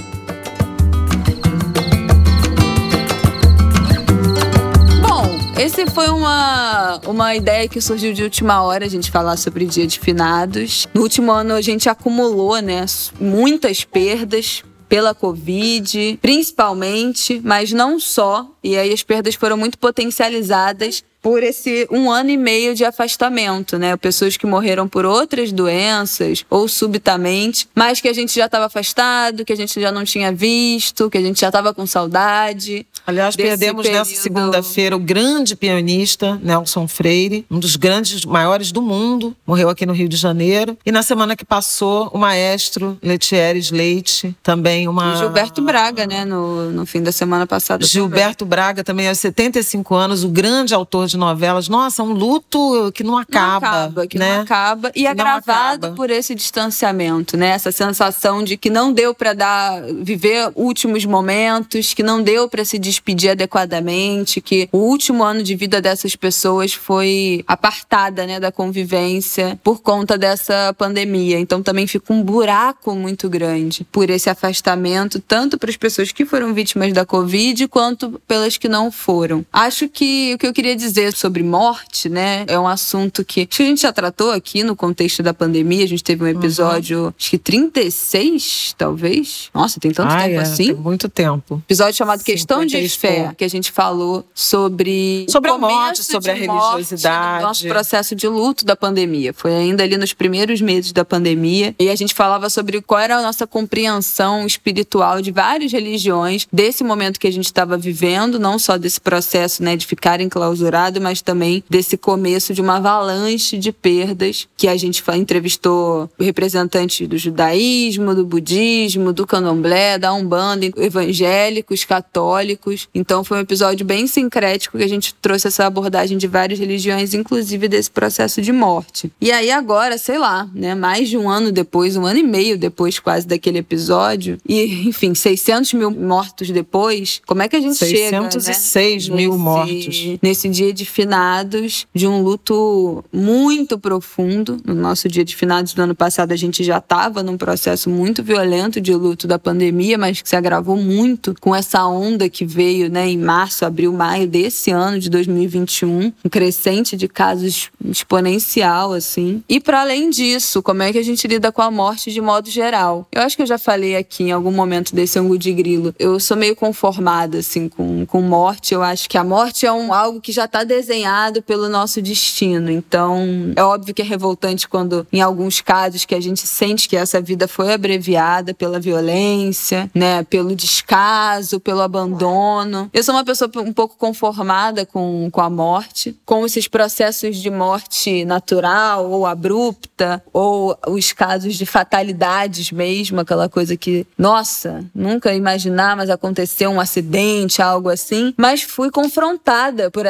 Esse foi uma, uma ideia que surgiu de última hora, a gente falar sobre Dia de Finados. No último ano a gente acumulou, né, muitas perdas pela Covid, principalmente, mas não só. E aí as perdas foram muito potencializadas por esse um ano e meio de afastamento, né? Pessoas que morreram por outras doenças ou subitamente, mas que a gente já estava afastado, que a gente já não tinha visto, que a gente já estava com saudade. Aliás, perdemos período... nessa segunda-feira o grande pianista Nelson Freire, um dos grandes, maiores do mundo, morreu aqui no Rio de Janeiro. E na semana que passou, o maestro Letieres Leite, também uma... E Gilberto Braga, né? No, no fim da semana passada. Gilberto também. Braga também, aos setenta e cinco anos, o grande autor de novelas. Nossa, um luto que não acaba. Não acaba, que né? não acaba. E que agravado por esse distanciamento, né? Essa sensação de que não deu para dar, viver últimos momentos, que não deu para se despedir adequadamente, que o último ano de vida dessas pessoas foi apartada, né, da convivência por conta dessa pandemia. Então também fica um buraco muito grande por esse afastamento, tanto para as pessoas que foram vítimas da Covid, quanto pelas que não foram. Acho que o que eu queria dizer sobre morte, né, é um assunto que, acho que a gente já tratou aqui no contexto da pandemia. A gente teve um episódio, uhum. acho que trinta e seis, talvez. Nossa, tem tanto Ai, tempo é, assim? Tem muito tempo. Episódio chamado Questão de Fé, que a gente falou sobre... Sobre a morte, sobre a religiosidade. Nosso processo de luto da pandemia. Foi ainda ali nos primeiros meses da pandemia. E a gente falava sobre qual era a nossa compreensão espiritual de várias religiões, desse momento que a gente estava vivendo, não só desse processo, né, de ficar enclausurado, mas também desse começo de uma avalanche de perdas, que a gente entrevistou representantes do judaísmo, do budismo, do candomblé, da umbanda, evangélicos, católicos. Então foi um episódio bem sincrético que a gente trouxe essa abordagem de várias religiões, inclusive desse processo de morte. E aí agora, sei lá, né, mais de um ano depois, um ano e meio depois quase daquele episódio, e enfim, seiscentos mil mortos depois, como é que a gente seiscentos e seis chega, né, mil nesse, mortos. Nesse dia de finados, de um luto muito profundo. No nosso dia de finados do ano passado, a gente já estava num processo muito violento de luto da pandemia, mas que se agravou muito com essa onda que veio, né, em março, abril, maio desse ano de dois mil e vinte e um, um crescente de casos exponencial, assim. E para além disso, como é que a gente lida com a morte de modo geral? Eu acho que eu já falei aqui em algum momento desse Angu de Grilo. Eu sou meio conformada, assim, com, com morte. Eu acho que a morte é um, algo que já está desenhado pelo nosso destino. Então, é óbvio que é revoltante quando, em alguns casos, que a gente sente que essa vida foi abreviada pela violência, né, pelo descaso, pelo abandono. Eu sou uma pessoa um pouco conformada com, com a morte, com esses processos de morte natural ou abrupta, ou os casos de fatalidades mesmo, aquela coisa que, nossa, nunca imaginar, mas aconteceu um acidente, algo assim. Mas fui confrontada por essa minha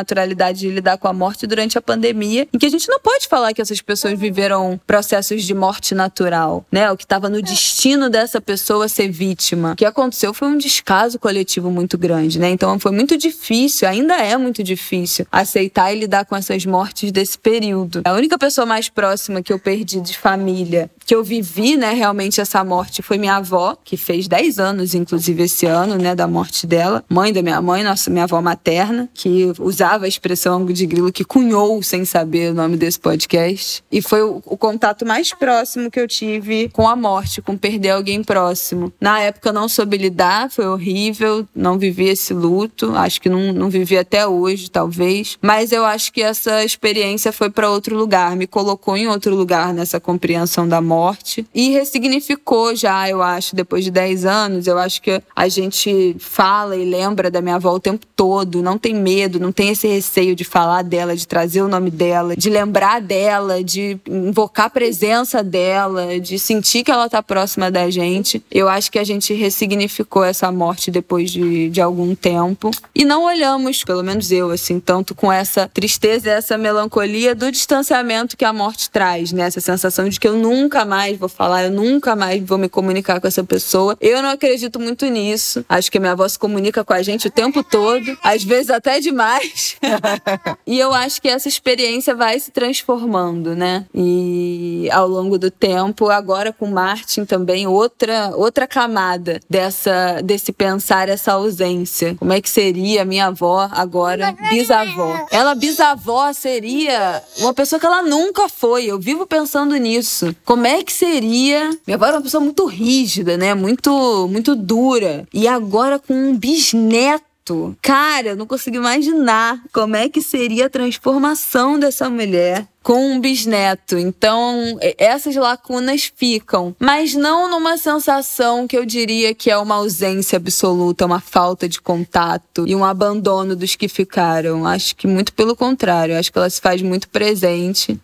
naturalidade de lidar com a morte durante a pandemia, em que a gente não pode falar que essas pessoas viveram processos de morte natural, né? O que estava no destino dessa pessoa ser vítima. O que aconteceu foi um descaso coletivo muito grande, né? Então foi muito difícil, ainda é muito difícil aceitar e lidar com essas mortes desse período. A única pessoa mais próxima que eu perdi de família, que eu vivi, né, realmente essa morte, foi minha avó, que fez dez anos, inclusive, esse ano, né, da morte dela. Mãe da minha mãe, nossa, minha avó materna, que usava a expressão ângulo de grilo, que cunhou, sem saber o nome desse podcast. E foi o, o contato mais próximo que eu tive com a morte, com perder alguém próximo. Na época eu não soube lidar, foi horrível, não vivi esse luto, acho que não, não vivi até hoje, talvez. Mas eu acho que essa experiência foi para outro lugar, me colocou em outro lugar nessa compreensão da morte e ressignificou já, eu acho, depois de dez anos. Eu acho que a gente fala e lembra da minha avó o tempo todo, não tem medo, não tem esse receio de falar dela, de trazer o nome dela, de lembrar dela, de invocar a presença dela, de sentir que ela tá próxima da gente. Eu acho que a gente ressignificou essa morte depois de, de algum tempo e não olhamos, pelo menos eu, assim, tanto com essa tristeza e essa melancolia do distanciamento que a morte traz, né? Essa sensação de que eu nunca mais vou falar, eu nunca mais vou me comunicar com essa pessoa. Eu não acredito muito nisso. Acho que a minha avó se comunica com a gente o tempo todo, às vezes até demais. E eu acho que essa experiência vai se transformando, né? E ao longo do tempo, agora com Martin também, outra, outra camada dessa, desse pensar essa ausência. Como é que seria a minha avó agora bisavó? Ela bisavó seria uma pessoa que ela nunca foi. Eu vivo pensando nisso. Como é que seria? Minha avó era uma pessoa muito rígida, né? Muito, muito dura. E agora com um bisneto. Cara, eu não consigo imaginar como é que seria a transformação dessa mulher com um bisneto. Então, essas lacunas ficam. Mas não numa sensação que eu diria que é uma ausência absoluta, uma falta de contato e um abandono dos que ficaram. Acho que muito pelo contrário. Acho que ela se faz muito presente.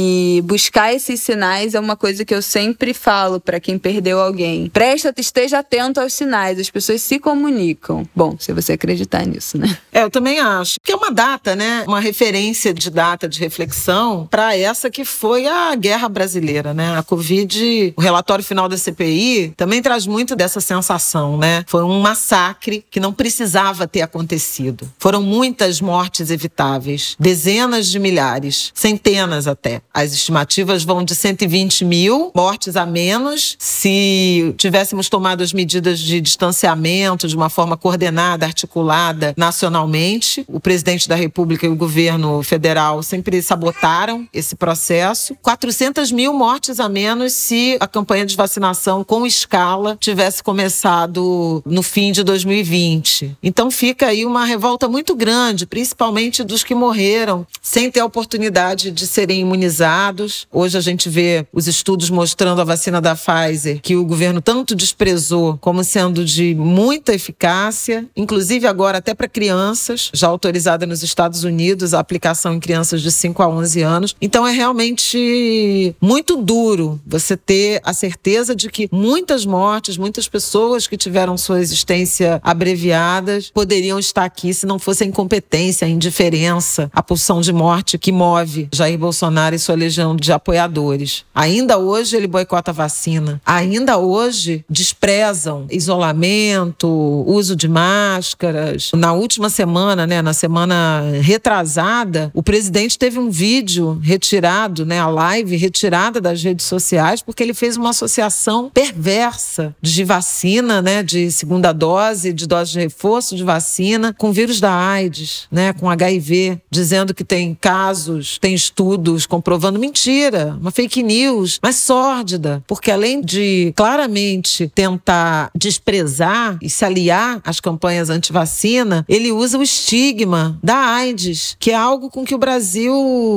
E buscar esses sinais é uma coisa que eu sempre falo para quem perdeu alguém. Presta, esteja atento aos sinais. As pessoas se comunicam. Bom, se você acreditar nisso, né? É, eu também acho. Que é uma data, né? Uma referência de data de reflexão para essa que foi a guerra brasileira, né? A Covid, o relatório final da C P I também traz muito dessa sensação, né? Foi um massacre que não precisava ter acontecido. Foram muitas mortes evitáveis, dezenas de milhares, centenas até. As estimativas vão de cento e vinte mil mortes a menos se tivéssemos tomado as medidas de distanciamento de uma forma coordenada, articulada nacionalmente. O presidente da República e o governo federal sempre sabotaram esse processo. quatrocentas mil mortes a menos se a campanha de vacinação com escala tivesse começado no fim de dois mil e vinte. Então fica aí uma revolta muito grande, principalmente dos que morreram sem ter a oportunidade de serem imunizados. Hoje a gente vê os estudos mostrando a vacina da Pfizer, que o governo tanto desprezou, como sendo de muita eficácia, inclusive agora até para crianças, já autorizada nos Estados Unidos, a aplicação em crianças de cinco a onze anos. Então é realmente muito duro você ter a certeza de que muitas mortes, muitas pessoas que tiveram sua existência abreviadas poderiam estar aqui se não fosse a incompetência, a indiferença, a pulsão de morte que move Jair Bolsonaro e sua legião de apoiadores. Ainda hoje ele boicota a vacina. Ainda hoje desprezam isolamento, uso de máscaras. Na última semana, né, na semana retrasada, o presidente teve um vídeo retirado, né, a live retirada das redes sociais, porque ele fez uma associação perversa de vacina, né, de segunda dose, de dose de reforço de vacina, com vírus da AIDS, né, com H I V, dizendo que tem casos, tem estudos comprovando mentira, uma fake news, mas sórdida, porque além de claramente tentar desprezar e se aliar às campanhas anti-vacina, ele usa o estigma da AIDS, que é algo com que o Brasil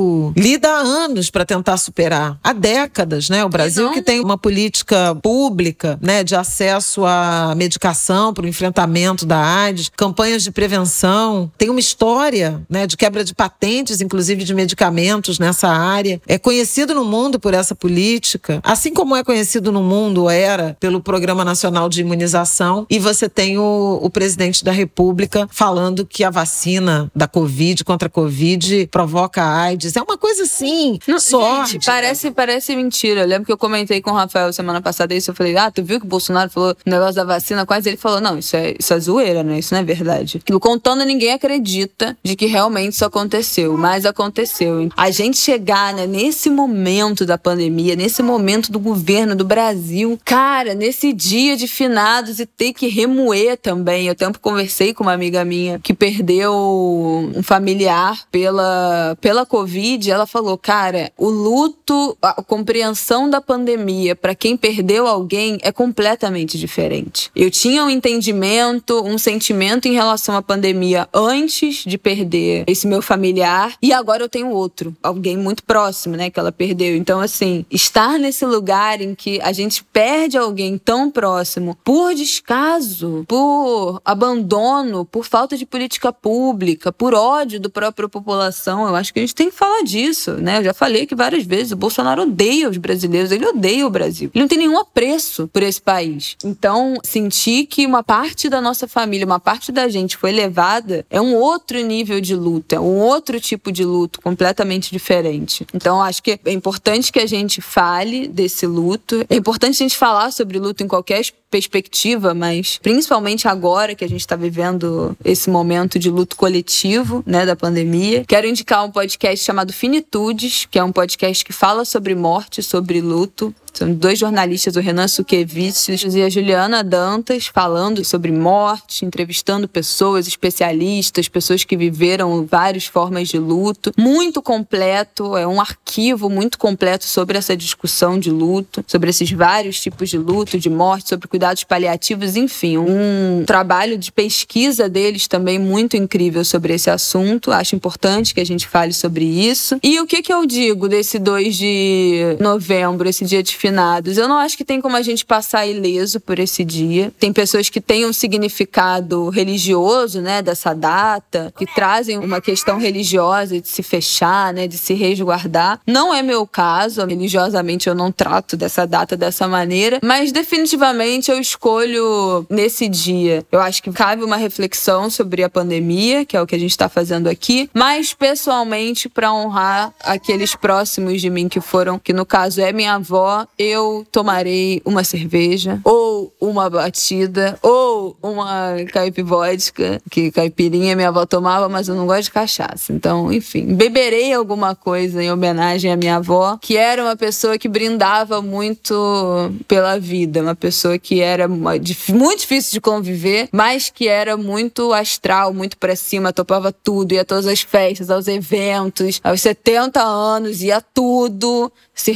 lida há anos para tentar superar, há décadas, né? O Brasil não... que tem uma política pública, né, de acesso à medicação para o enfrentamento da AIDS, campanhas de prevenção, tem uma história, né, de quebra de patentes, inclusive de medicamentos nessa área. É conhecido no mundo por essa política, assim como é conhecido no mundo, era pelo Programa Nacional de Imunização, e você tem o, o presidente da República falando que a vacina da Covid, contra a Covid, provoca AIDS. É uma coisa assim, não, sorte. Gente, parece, parece mentira. Eu lembro que eu comentei com o Rafael semana passada isso, eu falei, ah, tu viu que o Bolsonaro falou o negócio da vacina? Quase ele falou, não, isso é, isso é zoeira, né? Isso não é verdade. Aquilo contando, ninguém acredita de que realmente isso aconteceu, mas aconteceu. A gente chegar, né, nesse momento da pandemia, nesse momento do governo do Brasil, cara, nesse dia de finados e ter que remoer também. Eu tempo conversei com uma amiga minha que perdeu um familiar pela, pela Covid, ela falou, cara, o luto, a compreensão da pandemia para quem perdeu alguém é completamente diferente. Eu tinha um entendimento, um sentimento em relação à pandemia antes de perder esse meu familiar, e agora eu tenho outro, alguém muito próximo, né, que ela perdeu. Então, assim, estar nesse lugar em que a gente perde alguém tão próximo por descaso, por abandono, por falta de política pública, por ódio da própria população, eu acho que a gente tem que falar disso, né? Eu já falei aqui várias vezes, o Bolsonaro odeia os brasileiros, ele odeia o Brasil. Ele não tem nenhum apreço por esse país. Então, sentir que uma parte da nossa família, uma parte da gente foi levada, é um outro nível de luta, é um outro tipo de luto completamente diferente. Então, acho que é importante que a gente fale desse luto. É importante a gente falar sobre luto em qualquer perspectiva, mas principalmente agora que a gente está vivendo esse momento de luto coletivo, né, da pandemia. Quero indicar um podcast chamado Finitudes, que é um podcast que fala sobre morte, sobre luto. São dois jornalistas, o Renan Suquevicius e a Juliana Dantas, falando sobre morte, entrevistando pessoas, especialistas, pessoas que viveram várias formas de luto. Muito completo, é um arquivo muito completo sobre essa discussão de luto, sobre esses vários tipos de luto, de morte, sobre cuidados paliativos, enfim. Um trabalho de pesquisa deles também muito incrível sobre esse assunto. Acho importante que a gente fale sobre isso. E o que, que eu digo desse dois de novembro, esse dia de finados? Eu não acho que tem como a gente passar ileso por esse dia. Tem pessoas que têm um significado religioso, né, dessa data, que trazem uma questão religiosa de se fechar, né, de se resguardar. Não é meu caso, religiosamente eu não trato dessa data dessa maneira, mas definitivamente eu escolho nesse dia. Eu acho que cabe uma reflexão sobre a pandemia, que é o que a gente está fazendo aqui, mas pessoalmente para honrar aqueles próximos de mim que foram, que no caso é minha avó, eu tomarei uma cerveja, ou uma batida, ou uma caipivódica, que caipirinha minha avó tomava, mas eu não gosto de cachaça. Então, enfim, beberei alguma coisa em homenagem à minha avó, que era uma pessoa que brindava muito pela vida, uma pessoa que era muito difícil de conviver, mas que era muito astral, muito pra cima, topava tudo, ia a todas as festas, aos eventos, aos setenta anos, ia tudo,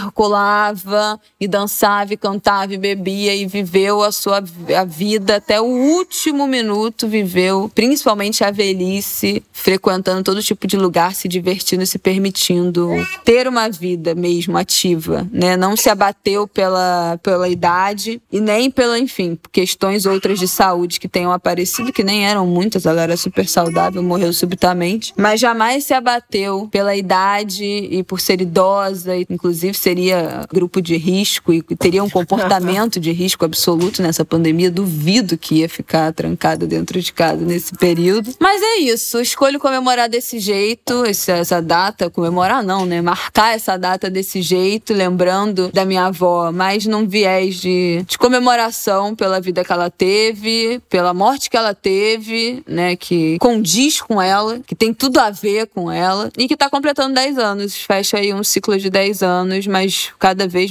circulava e dançava e cantava e bebia e viveu a sua a vida até o último minuto, viveu principalmente a velhice, frequentando todo tipo de lugar, se divertindo e se permitindo ter uma vida mesmo ativa, né? Não se abateu pela, pela idade e nem pela, enfim, questões outras de saúde que tenham aparecido, que nem eram muitas, ela era super saudável, morreu subitamente, mas jamais se abateu pela idade e por ser idosa, e inclusive seria grupo de risco e teria um comportamento de risco absoluto nessa pandemia. Duvido que ia ficar trancada dentro de casa nesse período. Mas é isso, escolho comemorar desse jeito, essa, essa data, comemorar não, né? Marcar essa data desse jeito, lembrando da minha avó, mas num viés de, de comemoração pela vida que ela teve, pela morte que ela teve, né? Que condiz com ela, que tem tudo a ver com ela e que tá completando dez anos. Fecha aí um ciclo de dez anos, mas cada vez mais presente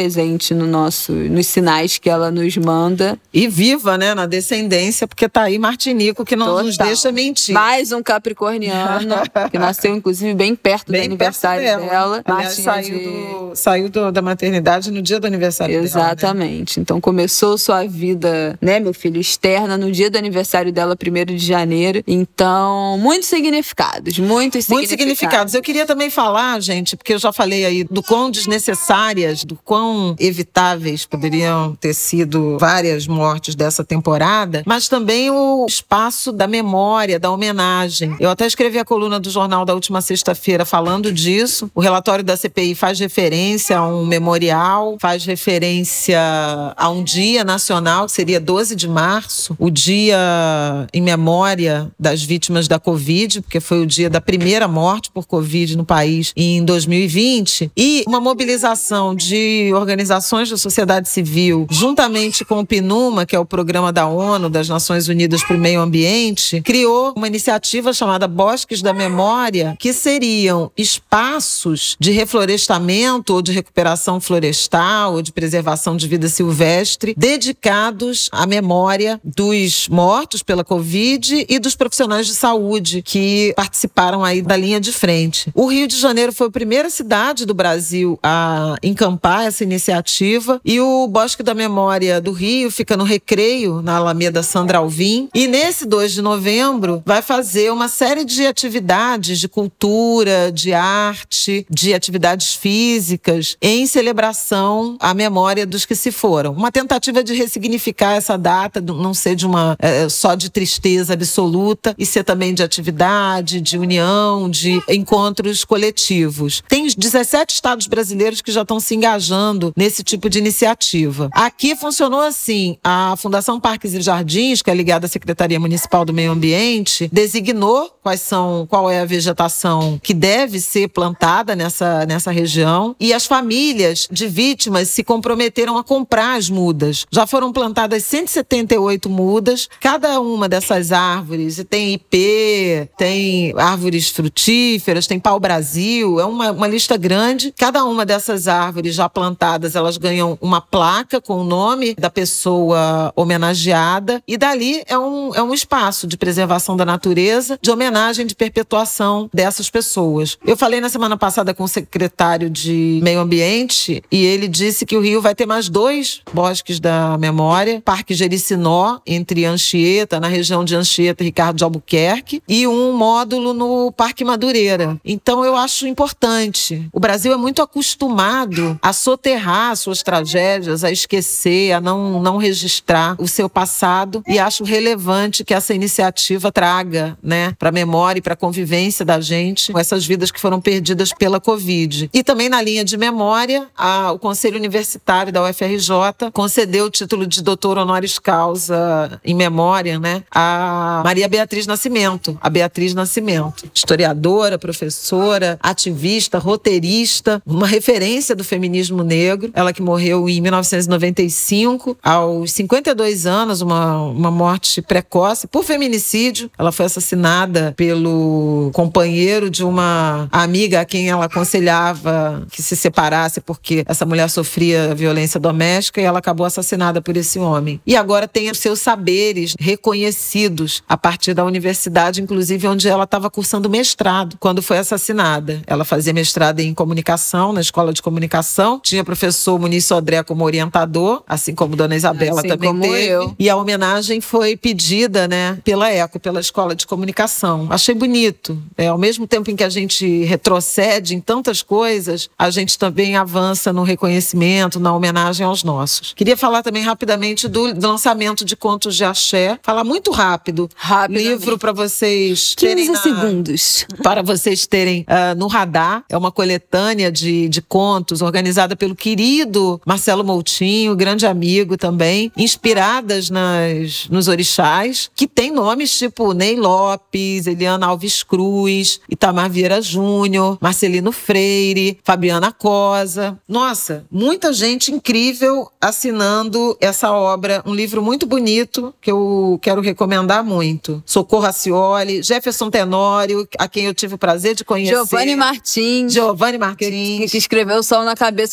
presente no nosso, nos sinais que ela nos manda. E viva, né, na descendência, porque tá aí Martinico, que não Total. nos deixa mentir. Mais um capricorniano, que nasceu, inclusive, bem perto bem do aniversário perto dela. dela. Aliás, saiu, de... do, saiu do, da maternidade no dia do aniversário Exatamente. dela. Exatamente. Né? Então, começou sua vida, né, meu filho, externa, no dia do aniversário dela, primeiro de janeiro. Então, muitos significados, muitos significados. Muitos significados. Eu queria também falar, gente, porque eu já falei aí do quão desnecessárias, do quão evitáveis poderiam ter sido várias mortes dessa temporada, mas também o espaço da memória, da homenagem. Eu até escrevi a coluna do jornal da última sexta-feira falando disso. O relatório da C P I faz referência a um memorial, faz referência a um dia nacional, que seria doze de março, o dia em memória das vítimas da Covid, porque foi o dia da primeira morte por Covid no país em dois mil e vinte, e uma mobilização de organizações da sociedade civil, juntamente com o PNUMA, que é o Programa da ONU, das Nações Unidas para o Meio Ambiente, criou uma iniciativa chamada Bosques da Memória, que seriam espaços de reflorestamento ou de recuperação florestal ou de preservação de vida silvestre, dedicados à memória dos mortos pela Covid e dos profissionais de saúde que participaram aí da linha de frente. O Rio de Janeiro foi a primeira cidade do Brasil a encampar essa iniciativa, e o Bosque da Memória do Rio fica no Recreio, na Alameda Sandra Alvim, e nesse dois de novembro vai fazer uma série de atividades de cultura, de arte, de atividades físicas em celebração à memória dos que se foram. Uma tentativa de ressignificar essa data, não ser de uma é, só de tristeza absoluta, e ser também de atividade, de união, de encontros coletivos. Tem dezessete estados brasileiros que já estão se engajando nesse tipo de iniciativa. Aqui funcionou assim: a Fundação Parques e Jardins, que é ligada à Secretaria Municipal do Meio Ambiente, designou quais são, qual é a vegetação que deve ser plantada nessa, nessa região, e as famílias de vítimas se comprometeram a comprar as mudas. Já foram plantadas cento e setenta e oito mudas. Cada uma dessas árvores, tem ipê, tem árvores frutíferas, tem pau-brasil, é uma, uma lista grande. Cada uma dessas árvores já plantadas, elas ganham uma placa com o nome da pessoa homenageada, e dali é um, é um espaço de preservação da natureza, de homenagem, de perpetuação dessas pessoas. Eu falei na semana passada com o secretário de Meio Ambiente, e ele disse que o Rio vai ter mais dois bosques da memória: Parque Jericinó, entre Anchieta, na região de Anchieta e Ricardo de Albuquerque, e um módulo no Parque Madureira. Então eu acho importante. O Brasil é muito acostumado a soterrar suas tragédias, a esquecer, a não, não registrar o seu passado, e acho relevante que essa iniciativa traga, né, para a memória e para a convivência da gente com essas vidas que foram perdidas pela Covid. E também na linha de memória, a, o Conselho Universitário da U F R J concedeu o título de doutor honoris causa em memória, né, a Maria Beatriz Nascimento. A Beatriz Nascimento, historiadora, professora, ativista, roteirista, uma referência do feminismo negro. Ela que morreu em mil novecentos e noventa e cinco, aos cinquenta e dois anos, uma, uma morte precoce por feminicídio. Ela foi assassinada pelo companheiro de uma amiga a quem ela aconselhava que se separasse porque essa mulher sofria violência doméstica, e ela acabou assassinada por esse homem. E agora tem os seus saberes reconhecidos a partir da universidade, inclusive onde ela estava cursando mestrado quando foi assassinada. Ela fazia mestrado em comunicação, na Escola de Comunicação. Tinha o professor Muniz Sodré como orientador, assim como Dona Isabela assim também como teve. Eu. E a homenagem foi pedida, né, pela ECO, pela Escola de Comunicação. Achei bonito. É, ao mesmo tempo em que a gente retrocede em tantas coisas, a gente também avança no reconhecimento, na homenagem aos nossos. Queria falar também rapidamente do, do lançamento de Contos de Axé. Falar muito rápido. Livro para vocês terem quinze segundos. Para vocês terem uh, no radar. É uma coletânea de, de contos organizada pelo querido Marcelo Moutinho, grande amigo também, inspiradas nas, nos orixás, que tem nomes tipo Ney Lopes, Eliana Alves Cruz, Itamar Vieira Júnior, Marcelino Freire, Fabiana Cosa. Nossa, muita gente incrível assinando essa obra. Um livro muito bonito que eu quero recomendar muito. Socorro Acioli, Jefferson Tenório, a quem eu tive o prazer de conhecer. Giovanni Martins. Giovanni Martins. Que, que escreveu Sol na Cabeça, um livro que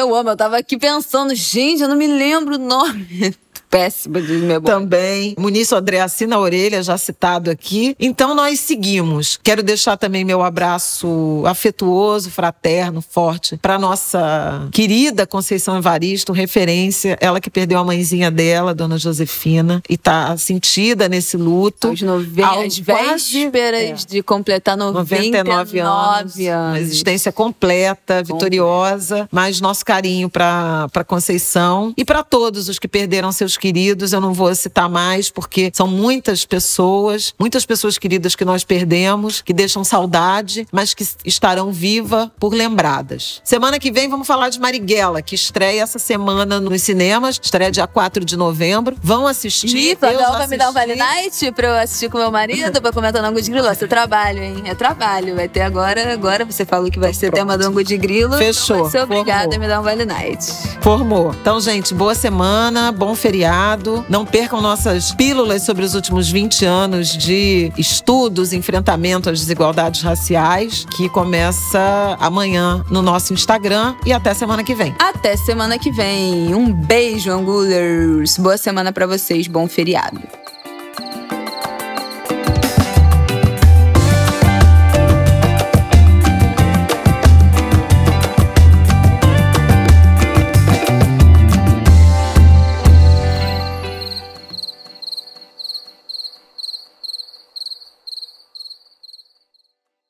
eu amo. Eu tava aqui pensando, gente, eu não me lembro o nome. Péssima de memória. Também. Muniz André Assina Orelha, já citado aqui. Então nós seguimos. Quero deixar também meu abraço afetuoso, fraterno, forte para nossa querida Conceição Evaristo, referência. Ela que perdeu a mãezinha dela, Dona Josefina, e tá sentida nesse luto. Aos nove... Às vésperas é. de completar noventa e nove anos. Uma existência completa, vitoriosa. Mas nosso carinho para para Conceição e para todos os que perderam seus queridos. Eu não vou citar mais, porque são muitas pessoas, muitas pessoas queridas que nós perdemos, que deixam saudade, mas que estarão vivas por lembradas. Semana que vem vamos falar de Marighella, que estreia essa semana nos cinemas, estreia dia quatro de novembro. Vão assistir. Ih, Fabel vai me dar um Vale Night pra eu assistir com meu marido, pra comentar no Angu de Grilo. É trabalho, hein? É trabalho. Vai ter agora, agora você falou que vai ser Pronto. tema do Angu de Grilo. Fechou. Então vai ser obrigada Formou. a me dar um Vale Night. Formou. Então, gente, boa semana, bom feriado. Não percam nossas pílulas sobre os últimos vinte anos de estudos, enfrentamento às desigualdades raciais, que começa amanhã no nosso Instagram. E até semana que vem. Até semana que vem. Um beijo, Angulers. Boa semana pra vocês. Bom feriado.